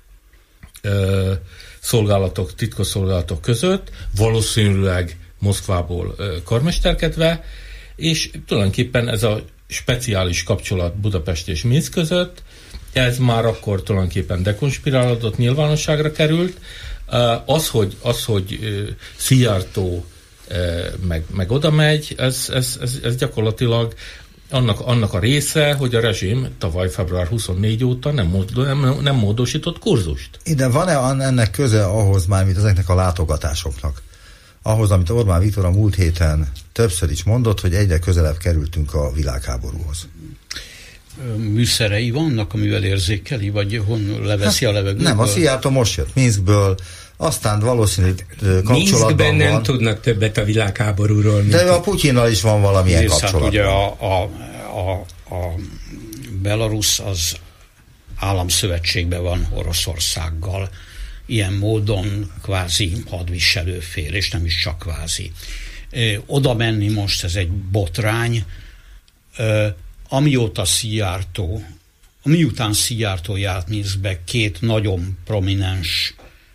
szolgálatok, titkosszolgálatok között, valószínűleg Moszkvából karmesterkedve, és tulajdonképpen ez a speciális kapcsolat Budapest és Minszk között, ez már akkor tulajdonképpen dekonspirálódott, nyilvánosságra került. Az, hogy Szijjártó meg oda megy, ez gyakorlatilag annak a része, hogy a rezsim tavaly február 24 óta nem módosított kurzust. De van-e ennek köze ahhoz már, mint ezeknek a látogatásoknak? Ahhoz, amit Orbán Viktor a múlt héten többször is mondott, hogy egyre közelebb kerültünk a világháborúhoz. Műszerei vannak, amivel érzékeli, vagy leveszi a levegőből? Nem, a Szijjártó most jött Minszkből, aztán valószínűleg kapcsolatban Minszkben nem van. Tudnak többet a világháborúról. De a Putyinnal is van valamilyen kapcsolatban. Ugye a Belarus az államszövetségben van Oroszországgal. Ilyen módon kvázi hadviselő fél, és nem is csak kvázi. Oda menni most, ez egy botrány. Miután Szijjártó járt Minszkbe, 2 nagyon prominens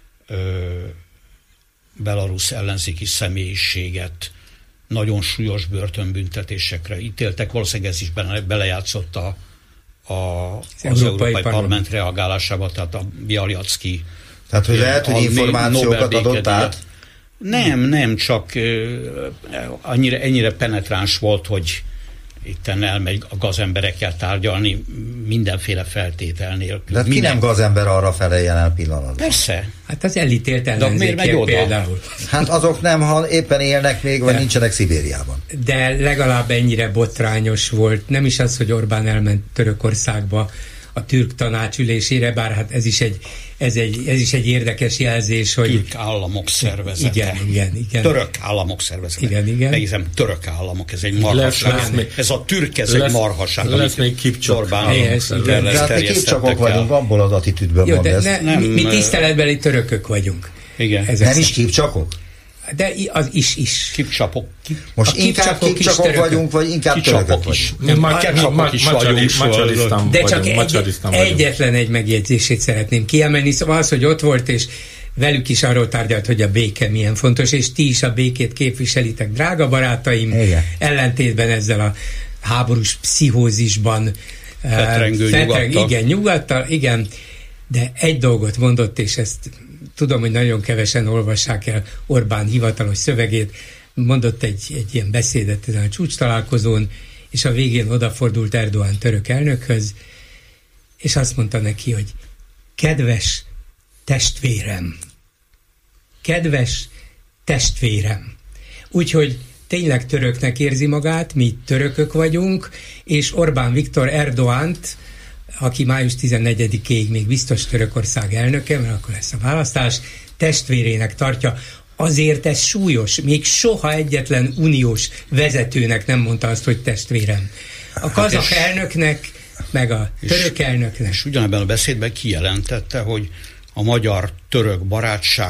belarusz ellenzéki személyiséget nagyon súlyos börtönbüntetésekre ítéltek. Valószínűleg ez is belejátszott az Európai Parlament reagálásába, tehát a Bialyacki. Tehát, hogy lehet, hogy információkat adott át? Nem, csak ennyire penetráns volt, hogy itten elmegy a gazemberekkel tárgyalni mindenféle feltétel nélkül. De ki nem gazember arra fele jelen pillanatban? Persze. Hát az elítélt ellenzékiek például. Hát azok nem, ha éppen élnek még, vagy nincsenek Szibériában. De legalább ennyire botrányos volt. Nem is az, hogy Orbán elment Törökországba a türk tanácsülésére, bár hát ez is egy érdekes jelzés, hogy... Türk államok szervezete. Igen. Török államok szervezete. Igen. Meghiszem, török államok, ez egy marhaság. Ez a türk, ez egy marhaság. Lesz még Kipcsok. De hát mi Kipcsakok vagyunk, abból az attitűdből van ez. Mi tiszteletbeli törökök vagyunk. Igen. Nem is Kipcsakok? De az is. Kipcsapok. Most inkább Kipcsakok vagyunk, vagy inkább törökök vagyunk? De csak egyetlen egy megjegyzését szeretném kiemelni. Szóval az, hogy ott volt, és velük is arról tárgyalt, hogy a béke milyen fontos, és ti is a békét képviselitek, drága barátaim, ellentétben ezzel a háborús pszichózisban nyugattal, igen, de egy dolgot mondott, és ezt tudom, hogy nagyon kevesen olvassák el Orbán hivatalos szövegét, mondott egy ilyen beszédet ezen a csúcstalálkozón, és a végén odafordult Erdoğan török elnökhöz, és azt mondta neki, hogy kedves testvérem. Úgyhogy tényleg töröknek érzi magát, mi törökök vagyunk, és Orbán Viktor Erdoğant, aki május 14-ig még biztos Törökország elnöke, mert akkor lesz a választás, testvérének tartja. Azért ez súlyos. Még soha egyetlen uniós vezetőnek nem mondta azt, hogy testvérem. A kazak elnöknek, meg a török elnöknek. És ugyanebben a beszédben kijelentette, hogy a magyar-török barátságnak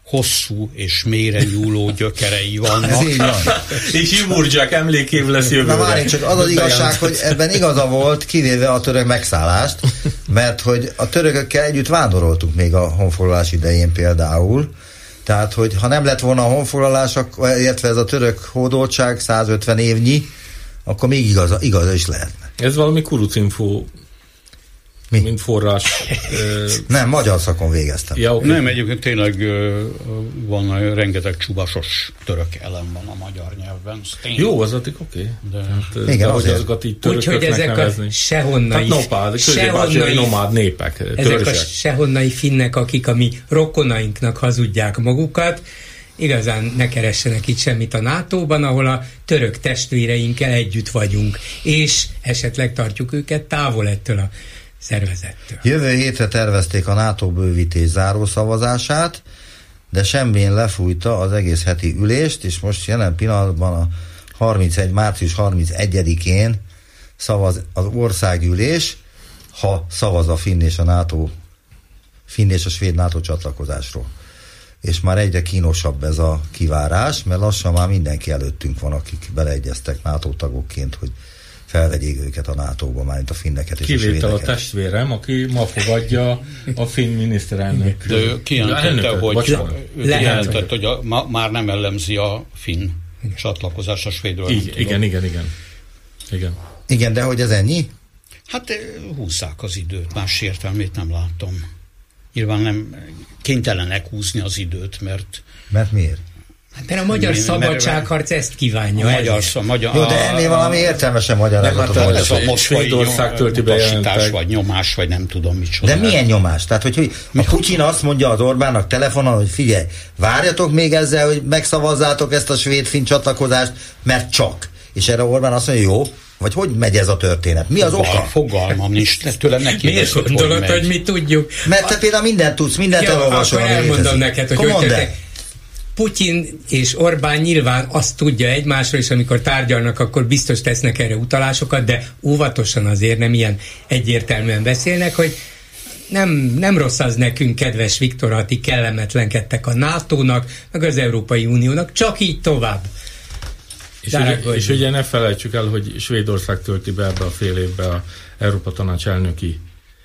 hosszú és mélyre nyúló gyökerei vannak. Ez így van. És Imurdzsák emlékév lesz jövőre. Na várj, csak az igazság, hogy ebben igaza volt, kivéve a török megszállást, mert hogy a törökökkel együtt vándoroltunk még a honfoglalás idején például. Tehát, hogy ha nem lett volna a honfoglalás, illetve ez a török hódoltság 150 évnyi, akkor még igaza is lehetne. Ez valami kurucinfo, mint forrás. Nem, magyar szakon végeztem. Ja, okay. Nem, egyébként tényleg van rengeteg csubasos török elem van a magyar nyelvben. Jó, az addig oké. De igen, hogy azokat így törököknek ezek nevezni. A sehonnai, közép-ázsiai nomád népek. Ezek törzsek. A sehonnai finnek, akik a mi rokonainknak hazudják magukat, igazán ne keressenek itt semmit a NATO-ban, ahol a török testvéreinkkel együtt vagyunk, és esetleg tartjuk őket távol ettől a szervezettől. Jövő hétre tervezték a NATO bővítés zárószavazását, de semmilyen lefújta az egész heti ülést, és most jelen pillanatban a március 31-én szavaz az országgyűlés, ha szavaz a finn és a svéd NATO csatlakozásról. És már egyre kínosabb ez a kivárás, mert lassan már mindenki előttünk van, akik beleegyeztek NATO tagokként, hogy felvegyék őket a NATO-ba, mármint a finneket és kivétel a svédeket. A testvérem, aki ma fogadja a finn miniszterelnök. De ő kijelentette, hogy már nem ellenzi a finn csatlakozás a svédről. Igen. Igen, de hogy ez ennyi? Hát húzzák az időt, más értelmét nem látom. Nyilván nem kénytelenek húzni az időt, mert... Mert miért? Mert a magyar szabadságharc ezt kívánja. Jó, de ennél valami értelmesen magyarázatot mondja. Ez a moszkvai utasítás, vagy nyomás, vagy nem tudom micsoda. De milyen nyomás? Tehát, hogy a Putyin azt mondja az Orbánnak telefonon, hogy figyelj, várjatok még ezzel, hogy megszavazzátok ezt a svéd-finn csatlakozást, mert csak. És erre Orbán azt mondja, jó, vagy hogy megy ez a történet? Mi az oka? Fogalmam nincs. Tőlem neki miért gondolod, hogy mi tudjuk? Mert te például mindent tudsz, mindent elolvasol. Akkor elmondom neked, hogy Putyin és Orbán nyilván azt tudja egymásról, és amikor tárgyalnak, akkor biztos tesznek erre utalásokat, de óvatosan azért nem ilyen egyértelműen beszélnek, hogy nem rossz az nekünk, kedves Viktor, ha ti kellemetlenkedtek a NATO-nak, meg az Európai Uniónak, csak így tovább. És ugye ne felejtsük el, hogy Svédország tölti be ebbe a fél évbe a Európa Tanács elnöki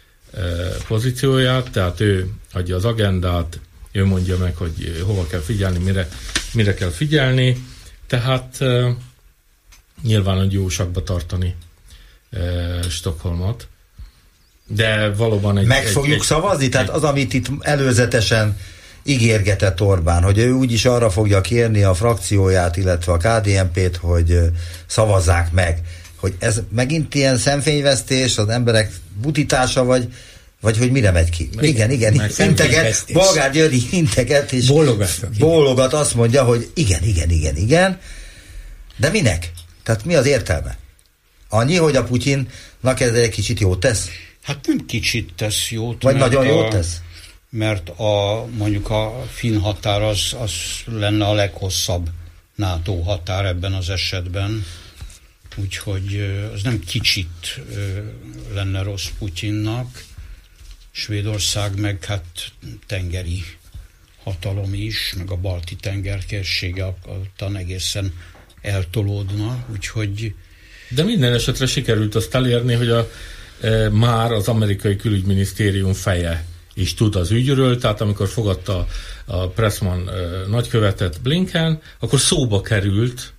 pozícióját, tehát ő adja az agendát, ő mondja meg, hogy hova kell figyelni, mire kell figyelni, tehát nyilván hogy jó sakba tartani Stockholmot, de valóban meg fogjuk szavazni? Tehát az, amit itt előzetesen ígérgetett Orbán, hogy ő úgyis arra fogja kérni a frakcióját, illetve a KDNP-t, hogy szavazzák meg. Hogy ez megint ilyen szemfényvesztés, az emberek butítása, vagy hogy mire megy ki? Igen. Integet, Bolgár György integet, és bólogat, azt mondja, hogy igen. De minek? Tehát mi az értelme? Annyi, hogy a Putyinnak ez egy kicsit jót tesz? Hát nem kicsit tesz jót. Vagy nagyon jót tesz? Mert mondjuk a finn határ az lenne a leghosszabb NATO határ ebben az esetben. Úgyhogy az nem kicsit lenne rossz Putyinnak. Svédország meg hát tengeri hatalom is, meg a balti tenger térsége ottan egészen eltolódna, úgyhogy... De minden esetre sikerült azt elérni, hogy már az amerikai külügyminisztérium feje is tud az ügyről, tehát amikor fogadta a Pressman nagykövetet Blinken, akkor szóba került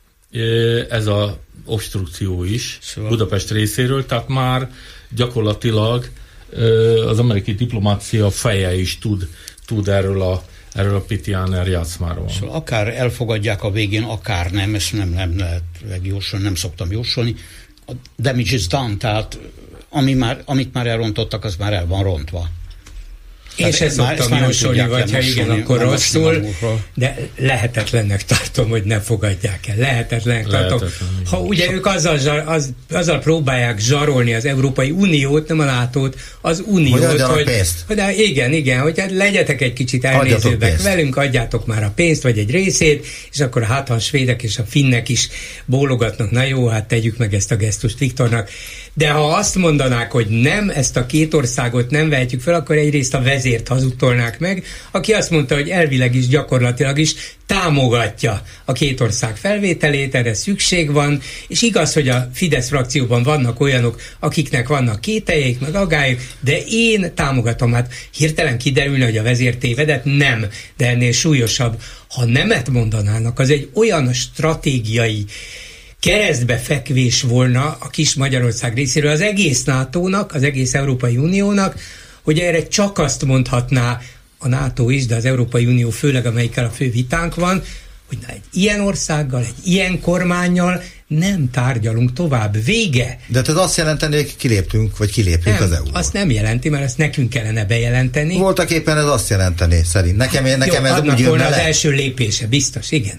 ez az obstrukció is Budapest részéről, tehát már gyakorlatilag az amerikai diplomácia feje is tud erről a Pityaner játszmáról. Szóval akár elfogadják a végén, akár nem, ezt nem lehet megjósolni, nem szoktam jósolni. A damage is done, tehát amit már elrontottak, az már el van rontva. Én se szoktam jósolni, vagy ha igen, akkor rosszul, de lehetetlennek tartom, hogy ne fogadják el. Lehetetlennek tartom. Ha ugye ők azzal próbálják zsarolni az Európai Uniót, nem a NATO-t, az Uniót, hogy igen, hogy legyetek egy kicsit elnézőbbek velünk, adjátok már a pénzt, vagy egy részét, és akkor a svédek és a finnek is bólogatnak, na jó, hát tegyük meg ezt a gesztust Viktornak. De ha azt mondanák, hogy nem, ezt a két országot nem vehetjük fel, akkor egyrészt a vezért hazudtolnák meg, aki azt mondta, hogy elvileg is, gyakorlatilag is támogatja a két ország felvételét, erre szükség van, és igaz, hogy a Fidesz frakcióban vannak olyanok, akiknek vannak kételjeik, meg aggályok, de én támogatom. Hát hirtelen kiderülne, hogy a vezér tévedett? Nem, de ennél súlyosabb. Ha nemet mondanának, az egy olyan stratégiai keresztbefekvés volna a kis Magyarország részéről az egész NATO-nak, az egész Európai Uniónak, hogy erre csak azt mondhatná a NATO is, de az Európai Unió főleg, amelyikkel a fő vitánk van, hogy na, egy ilyen országgal, egy ilyen kormánnyal nem tárgyalunk tovább. Vége. De ez azt jelenteni, hogy kiléptünk, vagy kilépünk nem, az EU-ból. Azt nem jelenti, mert ezt nekünk kellene bejelenteni. Voltak éppen ez azt jelenteni, szerint. Nekem jó, ez úgy jönne volna le. Az első lépése, biztos. Igen.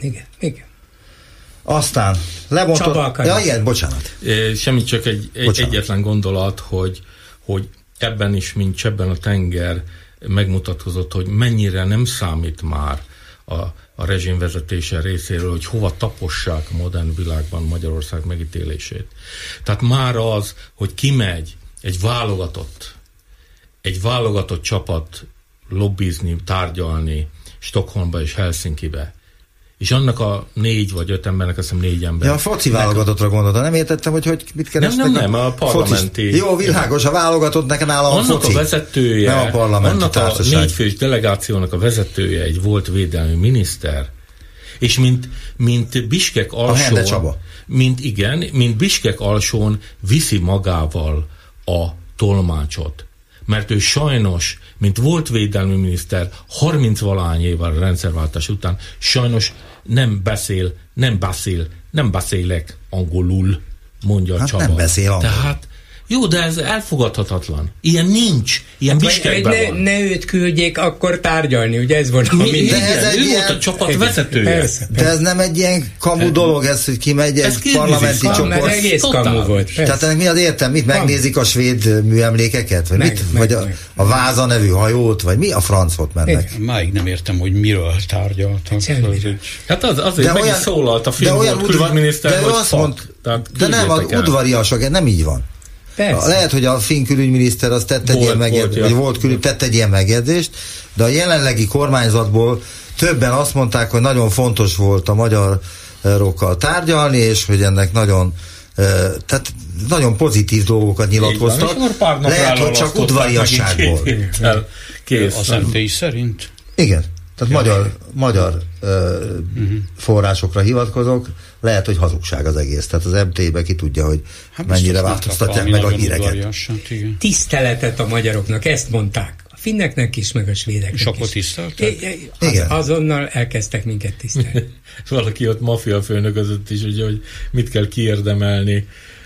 Aztán lebontott... Ja, ilyen, bocsánat. Semmi, csak egyetlen gondolat, hogy ebben is, mint csebben a tenger, megmutatkozott, hogy mennyire nem számít már a rezsim vezetése részéről, hogy hova tapossák a modern világban Magyarország megítélését. Tehát már az, hogy kimegy egy válogatott csapat lobbizni, tárgyalni Stockholmba és Helsinkibe, és annak a 4 vagy 5 embernek, azt hiszem 4 ember. Ja, a foci válogatottra gondoltam. Nem értettem, hogy mit keresnek. Nem, a parlamenti. Focis. Jó, világos, a válogatott nekem nálam a foci. A vezetője, nem a parlamenti annak társaság. A 4 fős delegációnak a vezetője egy volt védelmi miniszter, és mint Biskek alsón, mint Biskek alsón viszi magával a tolmácsot. Mert ő sajnos, mint volt védelmi miniszter, 30-valány évvel a rendszerváltás után sajnos nem beszélek angolul, mondja a Csaba. Nem beszél angolul. Tehát jó, de ez elfogadhatatlan. Ilyen nincs. Ilyen Biskekben van. Ne őt küldjék akkor tárgyalni, ugye ez volt. Ő volt a csapat vezetője. Persze. De ez nem egy ilyen kamu dolog, ez, hogy kimegy egy parlamenti csoport. Mert egész kamu volt. Persze. Tehát ennek mi az értem? Mit megnézik a svéd műemlékeket? Vagy a Váza nevű hajót? Vagy mi a francot mennek? Máig nem értem, hogy miről tárgyaltak. Hát azért meg is szólalt a finn volt külügyminiszter, hogy fak. De nem, az udvariasak, nem így van. Persze. Lehet, hogy a finn külügyminiszter az tett egy ilyen megjegyzést, de a jelenlegi kormányzatból többen azt mondták, hogy nagyon fontos volt a magyarokkal tárgyalni, és hogy ennek nagyon pozitív dolgokat nyilatkoztak. Lehet, hogy csak udvariasságból. Az MTI szerint? Igen. Tehát magyar forrásokra hivatkozok, lehet, hogy hazugság az egész. Tehát az MT-be ki tudja, hogy mennyire változtatják meg a híreket. Tiszteletet a magyaroknak, ezt mondták. A finneknek is, meg a svédeknek is. És akkor tiszteltek? Igen. Azonnal elkezdtek minket tisztelni. Valaki ott maffia főnöközött is, ugye, hogy mit kell kiérdemelni.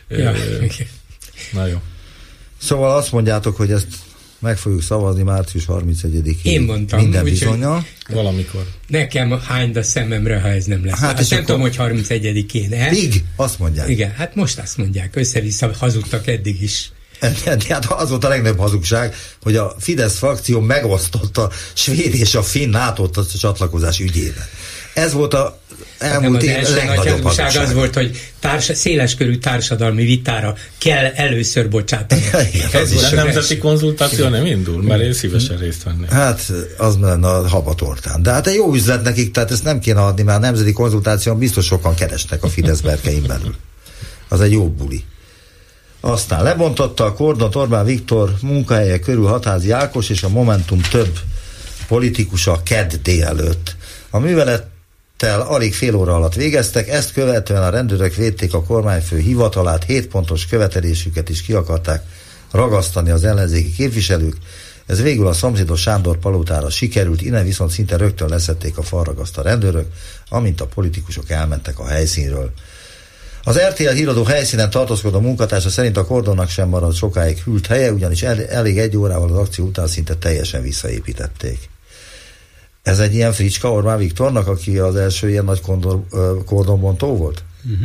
Na jó. Szóval azt mondjátok, hogy ezt meg fogjuk szavazni március 31-ig. Én mondtam. Minden bizonnyal. Valamikor. Nekem hányd a szememre, ha ez nem lesz. Hát nem tudom, hogy 31-én. Azt mondják. Igen, hát most azt mondják. Össze-vissza hazudtak eddig is. Hát az volt a legnagyobb hazugság, hogy a Fidesz frakció megosztotta a svéd és a finn NATO-t a csatlakozás ügyében. Ez volt a elmúlt év legnagyobb hazugság. Az volt, hogy széleskörű társadalmi vitára kell először bocsátani. Ez a nemzeti konzultáció nem indul, mert én szívesen részt vennék. Hát az lenne a habatortán. De hát egy jó üzlet nekik, tehát ezt nem kéne adni, mert a nemzeti konzultáción biztos sokan keresnek a Fidesz berkein belül. Az egy jó buli. Aztán lebontotta a kordont Orbán Viktor munkahelye körül Hatházi Ákos és a Momentum több politikusa kedd délelőtt. A művelettel alig fél óra alatt végeztek, ezt követően a rendőrök védték a kormányfő hivatalát, 7 pontos követelésüket is ki akarták ragasztani az ellenzéki képviselők. Ez végül a szomszédos Sándor palotára sikerült, innen viszont szinte rögtön leszették a falragaszt a rendőrök, amint a politikusok elmentek a helyszínről. Az RTL híradó helyszínen tartózkodó munkatársa szerint a kordonnak sem maradt sokáig hűlt helye, ugyanis elég 1 órával az akció után szinte teljesen visszaépítették. Ez egy ilyen fricska Orbán Viktornak, aki az első ilyen nagy kordonbontó volt?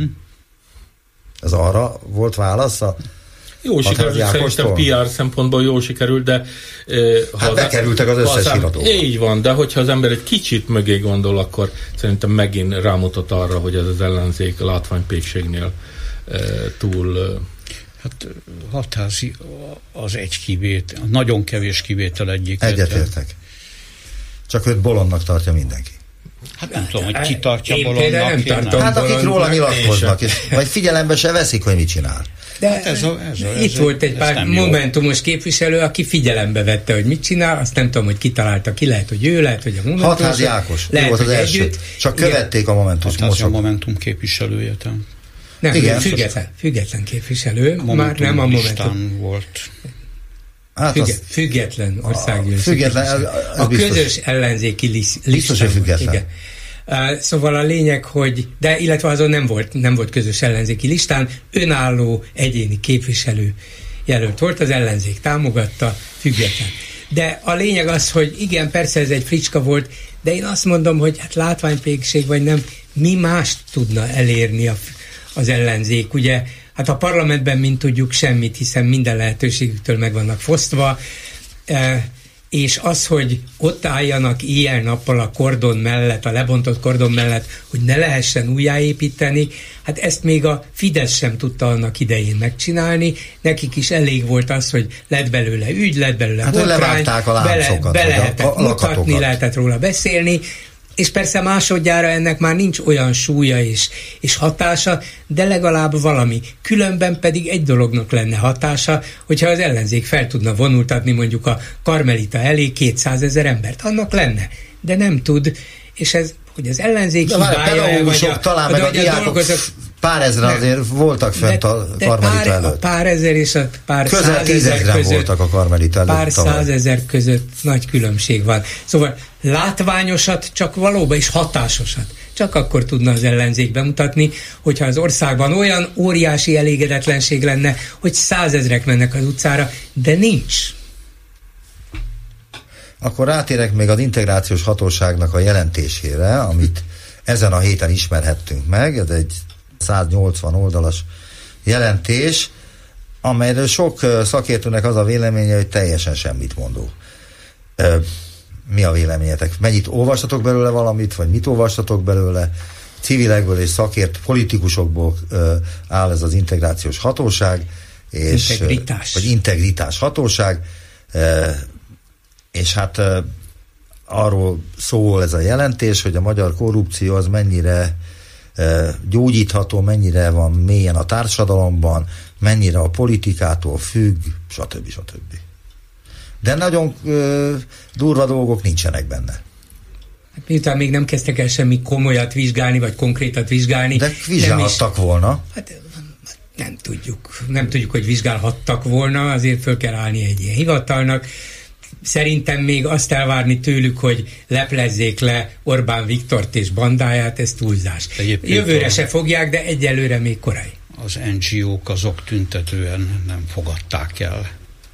Ez arra volt válasza? Jó sikerült, szerintem PR szempontból jól sikerült, de... Hát bekerültek az összes híradóba. Így van, de hogyha az ember egy kicsit mögé gondol, akkor szerintem megint rámutat arra, hogy ez az ellenzék látványpékségnél túl... Hát Hatházi az egy kivétel, nagyon kevés kivétel egyik. Egyetértek. Csak őt bolondnak tartja mindenki. Hát nem tudom, hogy ki tartja bolondnak. Hát akik róla nyilatkoznak, vagy figyelembe se veszik, hogy mit csinál. De hát itt volt egy pár momentumos képviselő, aki figyelembe vette, hogy mit csinál, azt nem tudom, hogy kitalálta ki, lehet, hogy ő, lehet, hogy a Momentum. Hatházi Ákos, ő volt az első. Együtt. Csak követték a Momentum. Hatházi a Momentum képviselője. Nem, igen, független képviselő, már nem a Momentum volt. Hát független országgyűlési. Független, a közös ellenzéki lista. Biztos, hogy független. Igen. Szóval a lényeg, hogy, de illetve azon nem volt közös ellenzéki listán, önálló egyéni képviselő jelölt volt, az ellenzék támogatta, független. De a lényeg az, hogy igen, persze ez egy fricska volt, de én azt mondom, hogy hát látványpékség vagy nem, mi mást tudna elérni az ellenzék, ugye, hát a parlamentben, mint tudjuk, semmit, hiszen minden lehetőségüktől meg vannak fosztva, és az, hogy ott álljanak éjjel-nappal a kordon mellett, a lebontott kordon mellett, hogy ne lehessen újjáépíteni, hát ezt még a Fidesz sem tudta annak idején megcsinálni, nekik is elég volt az, hogy lett belőle ügy, lett belőle botrány, be lehetett mutatni, lehetett róla beszélni, és persze másodjára ennek már nincs olyan súlya és hatása, de legalább valami. Különben pedig egy dolognak lenne hatása, hogyha az ellenzék fel tudna vonultatni mondjuk a Karmelita elé 200 000 embert. Annak lenne, de nem tud, és ez, hogy az ellenzék hibája, vagy a dolgozók... Pár ezren azért voltak fent a Karmelita előtt. A pár ezer és a pár közel 10 000 voltak a Karmelita előtt. Pár 100 000 között nagy különbség van. Szóval látványosat, csak valóban is hatásosat csak akkor tudna az ellenzék bemutatni, hogyha az országban olyan óriási elégedetlenség lenne, hogy 100 000 mennek az utcára, de nincs. Akkor rátérek még az integrációs hatóságnak a jelentésére, amit ezen a héten ismerhettünk meg. Ez egy 180 oldalas jelentés, amelyről sok szakértőnek az a véleménye, hogy teljesen semmit mondó. Mi a véleményetek? Mennyit olvastatok belőle valamit, vagy mit olvastatok belőle? Civilekből és szakért politikusokból áll ez az integrációs hatóság, és, vagy integritás hatóság, és hát arról szól ez a jelentés, hogy a magyar korrupció az mennyire gyógyítható, mennyire van mélyen a társadalomban, mennyire a politikától függ, stb. De nagyon durva dolgok nincsenek benne. Hát miután még nem kezdtek el semmi komolyat vizsgálni, vagy konkrétat vizsgálni. De vizsgálhattak volna. Hát nem tudjuk, hogy vizsgálhattak volna, azért föl kell állni egy ilyen hivatalnak. Szerintem még azt elvárni tőlük, hogy leplezzék le Orbán Viktort és bandáját, ez túlzás. Jövőre se fogják, de egyelőre még korai. Az NGO-k azok tüntetően nem fogadták el.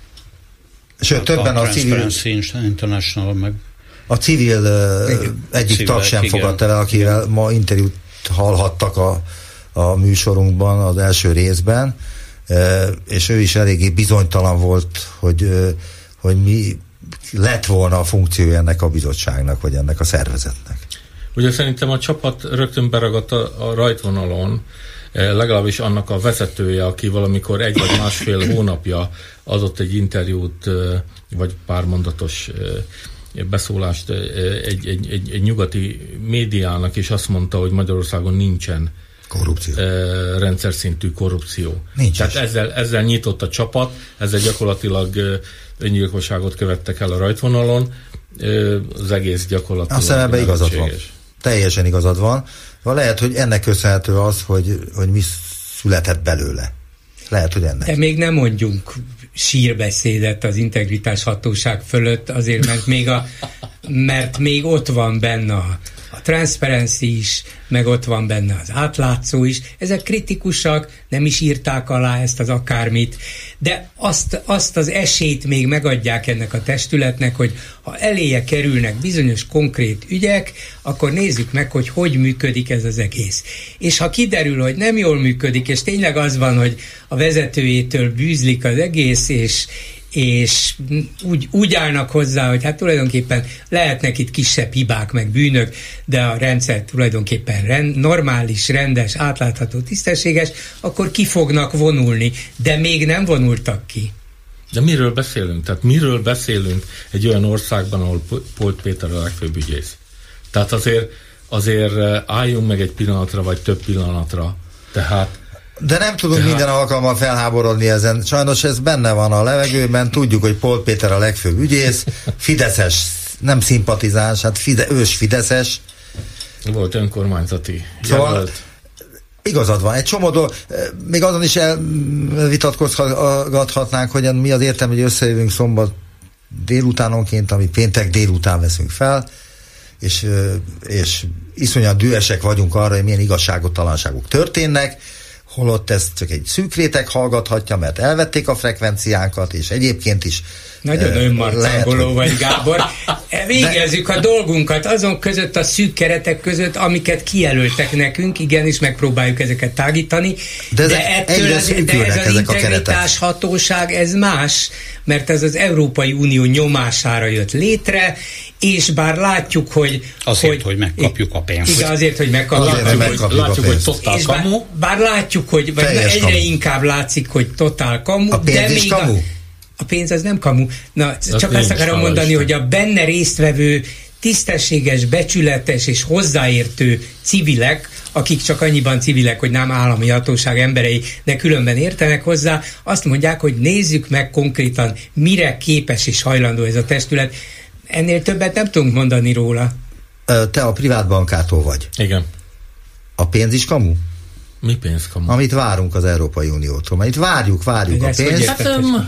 Sőt, többen a civil... International meg... A civil egyik tag sem fogadta el, akivel ma interjút hallhattak a műsorunkban, az első részben, és ő is eléggé bizonytalan volt, hogy mi lett volna a funkciója ennek a bizottságnak, vagy ennek a szervezetnek. Ugye szerintem a csapat rögtön beragadt a rajtvonalon, legalábbis annak a vezetője, aki valamikor 1 vagy másfél hónapja adott egy interjút, vagy pár mondatos beszólást egy nyugati médiának, és azt mondta, hogy Magyarországon nincsen korrupció. Rendszer szintű korrupció. Nincs. Tehát ezzel nyitott a csapat, ezzel gyakorlatilag öngyilkosságot követtek el a rajtvonalon, az egész gyakorlatilag... Aztán ebben igazad van. Teljesen igazad van. Lehet, hogy ennek köszönhető az, hogy mi született belőle. Lehet, hogy ennek. De még nem mondjunk sírbeszédet az integritás hatóság fölött, azért, mert még ott van benne a Transparency is, meg ott van benne az átlátszó is. Ezek kritikusak, nem is írták alá ezt az akármit, de azt az esélyt még megadják ennek a testületnek, hogy ha eléje kerülnek bizonyos konkrét ügyek, akkor nézzük meg, hogy működik ez az egész. És ha kiderül, hogy nem jól működik, és tényleg az van, hogy a vezetőjétől bűzlik az egész, és úgy állnak hozzá, hogy hát tulajdonképpen lehetnek itt kisebb hibák, meg bűnök, de a rendszer tulajdonképpen normális, rendes, átlátható, tisztességes, akkor ki fognak vonulni, de még nem vonultak ki. De miről beszélünk? Tehát miről beszélünk egy olyan országban, ahol Polt Péter a legfőbb ügyész? Tehát azért álljunk meg egy pillanatra, vagy több pillanatra. De nem tudunk minden alkalommal felháborodni ezen. Sajnos ez benne van a levegőben. Tudjuk, hogy Polt Péter a legfőbb ügyész, fideszes, nem szimpatizáns, hát ős fideszes. Volt önkormányzati szóval jelölt. Igazad van. Egy csomó dolog, még azon is elvitatkozhatnánk, hogy mi az értelme, hogy összejövünk szombat délutánonként, ami péntek délután veszünk fel, és iszonyat dühösek vagyunk arra, hogy milyen igazságotalanságok történnek, holott ezt csak egy szűk réteg hallgathatja, mert elvették a frekvenciánkat, és egyébként is nagyon önmarcangoló vagy, Gábor. Végezzük a dolgunkat azon között, a szűk keretek között, amiket kijelöltek nekünk, igenis megpróbáljuk ezeket tágítani, de ettől ez az integritás hatóság, ez más, mert ez az Európai Unió nyomására jött létre, és bár látjuk, hogy... Azért, hogy megkapjuk a pénzt. Igen, azért, hogy látjuk, hogy totál kamu. Bár látjuk, hogy egyre kamu. Inkább látszik, hogy totál kamu. A pénz is kamu? A pénz az nem kamu. Na, csak azt akarom mondani, hogy a benne résztvevő tisztességes, becsületes és hozzáértő civilek, akik csak annyiban civilek, hogy nem állami hatóság emberei, de különben értenek hozzá, azt mondják, hogy nézzük meg konkrétan, mire képes és hajlandó ez a testület. Ennél többet nem tudunk mondani róla. Te a privát bankától vagy. Igen. A pénz is kamu? Mi pénz kamu? Amit várunk az Európai Uniótól. Mert itt várjuk a pénzt.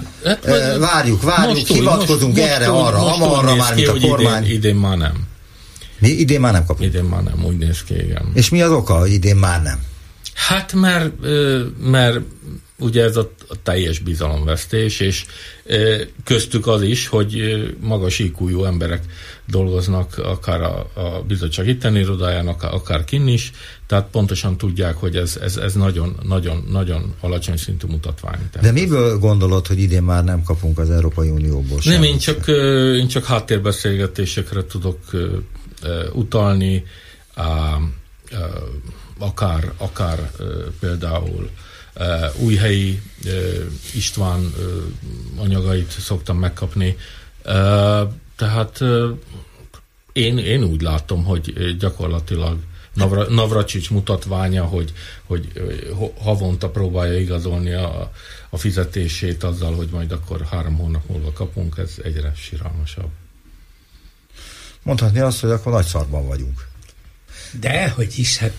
Várjuk, hivatkozunk erre, arra már, mint a kormány. Idén már nem. Mi? Idén már nem kapunk? Idén már nem, úgy néz ki, igen. És mi az oka, hogy idén már nem? Hát mert ugye ez a teljes bizalomvesztés, és köztük az is, hogy magas IQ-jú emberek dolgoznak akár a bizottság itteni irodáján, akár kinn is, tehát pontosan tudják, hogy ez nagyon alacsony szintű mutatvány. De miből gondolod, hogy idén már nem kapunk az Európai Unióból? Nem, én csak háttérbeszélgetésekre tudok utalni, akár például Újhelyi István anyagait szoktam megkapni. Tehát én úgy látom, hogy gyakorlatilag Navracsics mutatványa, hogy havonta próbálja igazolni a fizetését azzal, hogy majd akkor 3 hónap múlva kapunk, ez egyre siralmasabb. Mondhatni azt, hogy akkor nagy szarban vagyunk. De, hogy is, hát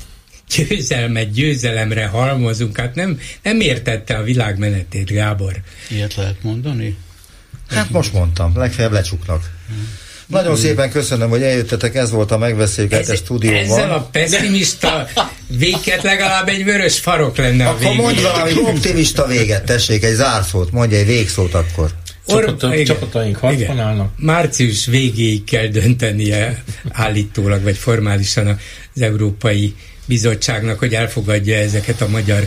győzelemre halmozunk, hát nem értette a világ menetét, Gábor. Ilyet lehet mondani? Hát most mondtam, legfeljebb lecsuknak. Nagyon szépen köszönöm, hogy eljöttetek, ez volt a megbeszélgetés stúdióban. Ezzel a pessimista véget legalább egy vörös farok lenne a végén. Akkor mondj valami optimista véget, tessék, egy zárszót, mondj egy végszót akkor. Csapataink harcban állnak. Március végéig kell döntenie állítólag, vagy formálisan az Európai Bizottságnak, hogy elfogadja ezeket a magyar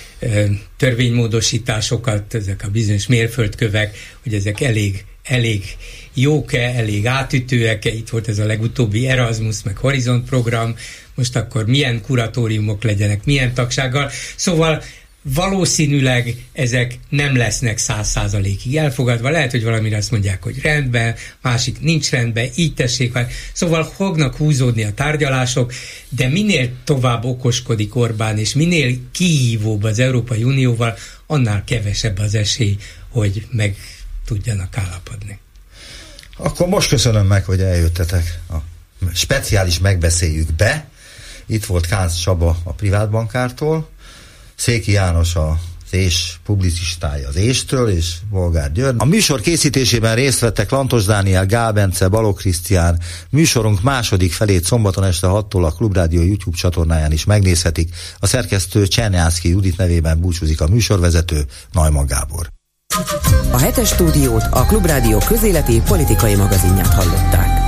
törvénymódosításokat, ezek a bizonyos mérföldkövek, hogy ezek elég jók-e, elég átütőek-e, itt volt ez a legutóbbi Erasmus, meg Horizont program, most akkor milyen kuratóriumok legyenek, milyen tagsággal, szóval valószínűleg ezek nem lesznek 100%-ig elfogadva, lehet, hogy valamire azt mondják, hogy rendben, másik nincs rendben, így tessék, szóval fognak húzódni a tárgyalások, de minél tovább okoskodik Orbán, és minél kihívóbb az Európai Unióval, annál kevesebb az esély, hogy meg tudjanak állapodni. Akkor most köszönöm meg, hogy eljöttetek. A speciális megbeszéljük be. Itt volt Kánz Csaba a privátbankártól, Széki János az ÉS publicistája az ÉS-től, és Bolgár György. A műsor készítésében részt vettek Lantos Dániel, Gál Bence, Balogh Krisztián. Műsorunk második felét szombaton este 6-tól a Klubrádió YouTube csatornáján is megnézhetik. A szerkesztő Csernyánszky Judit nevében búcsúzik a műsorvezető, Neumann Gábor. A hetes stúdiót, a Klubrádió közéleti politikai magazinját hallották.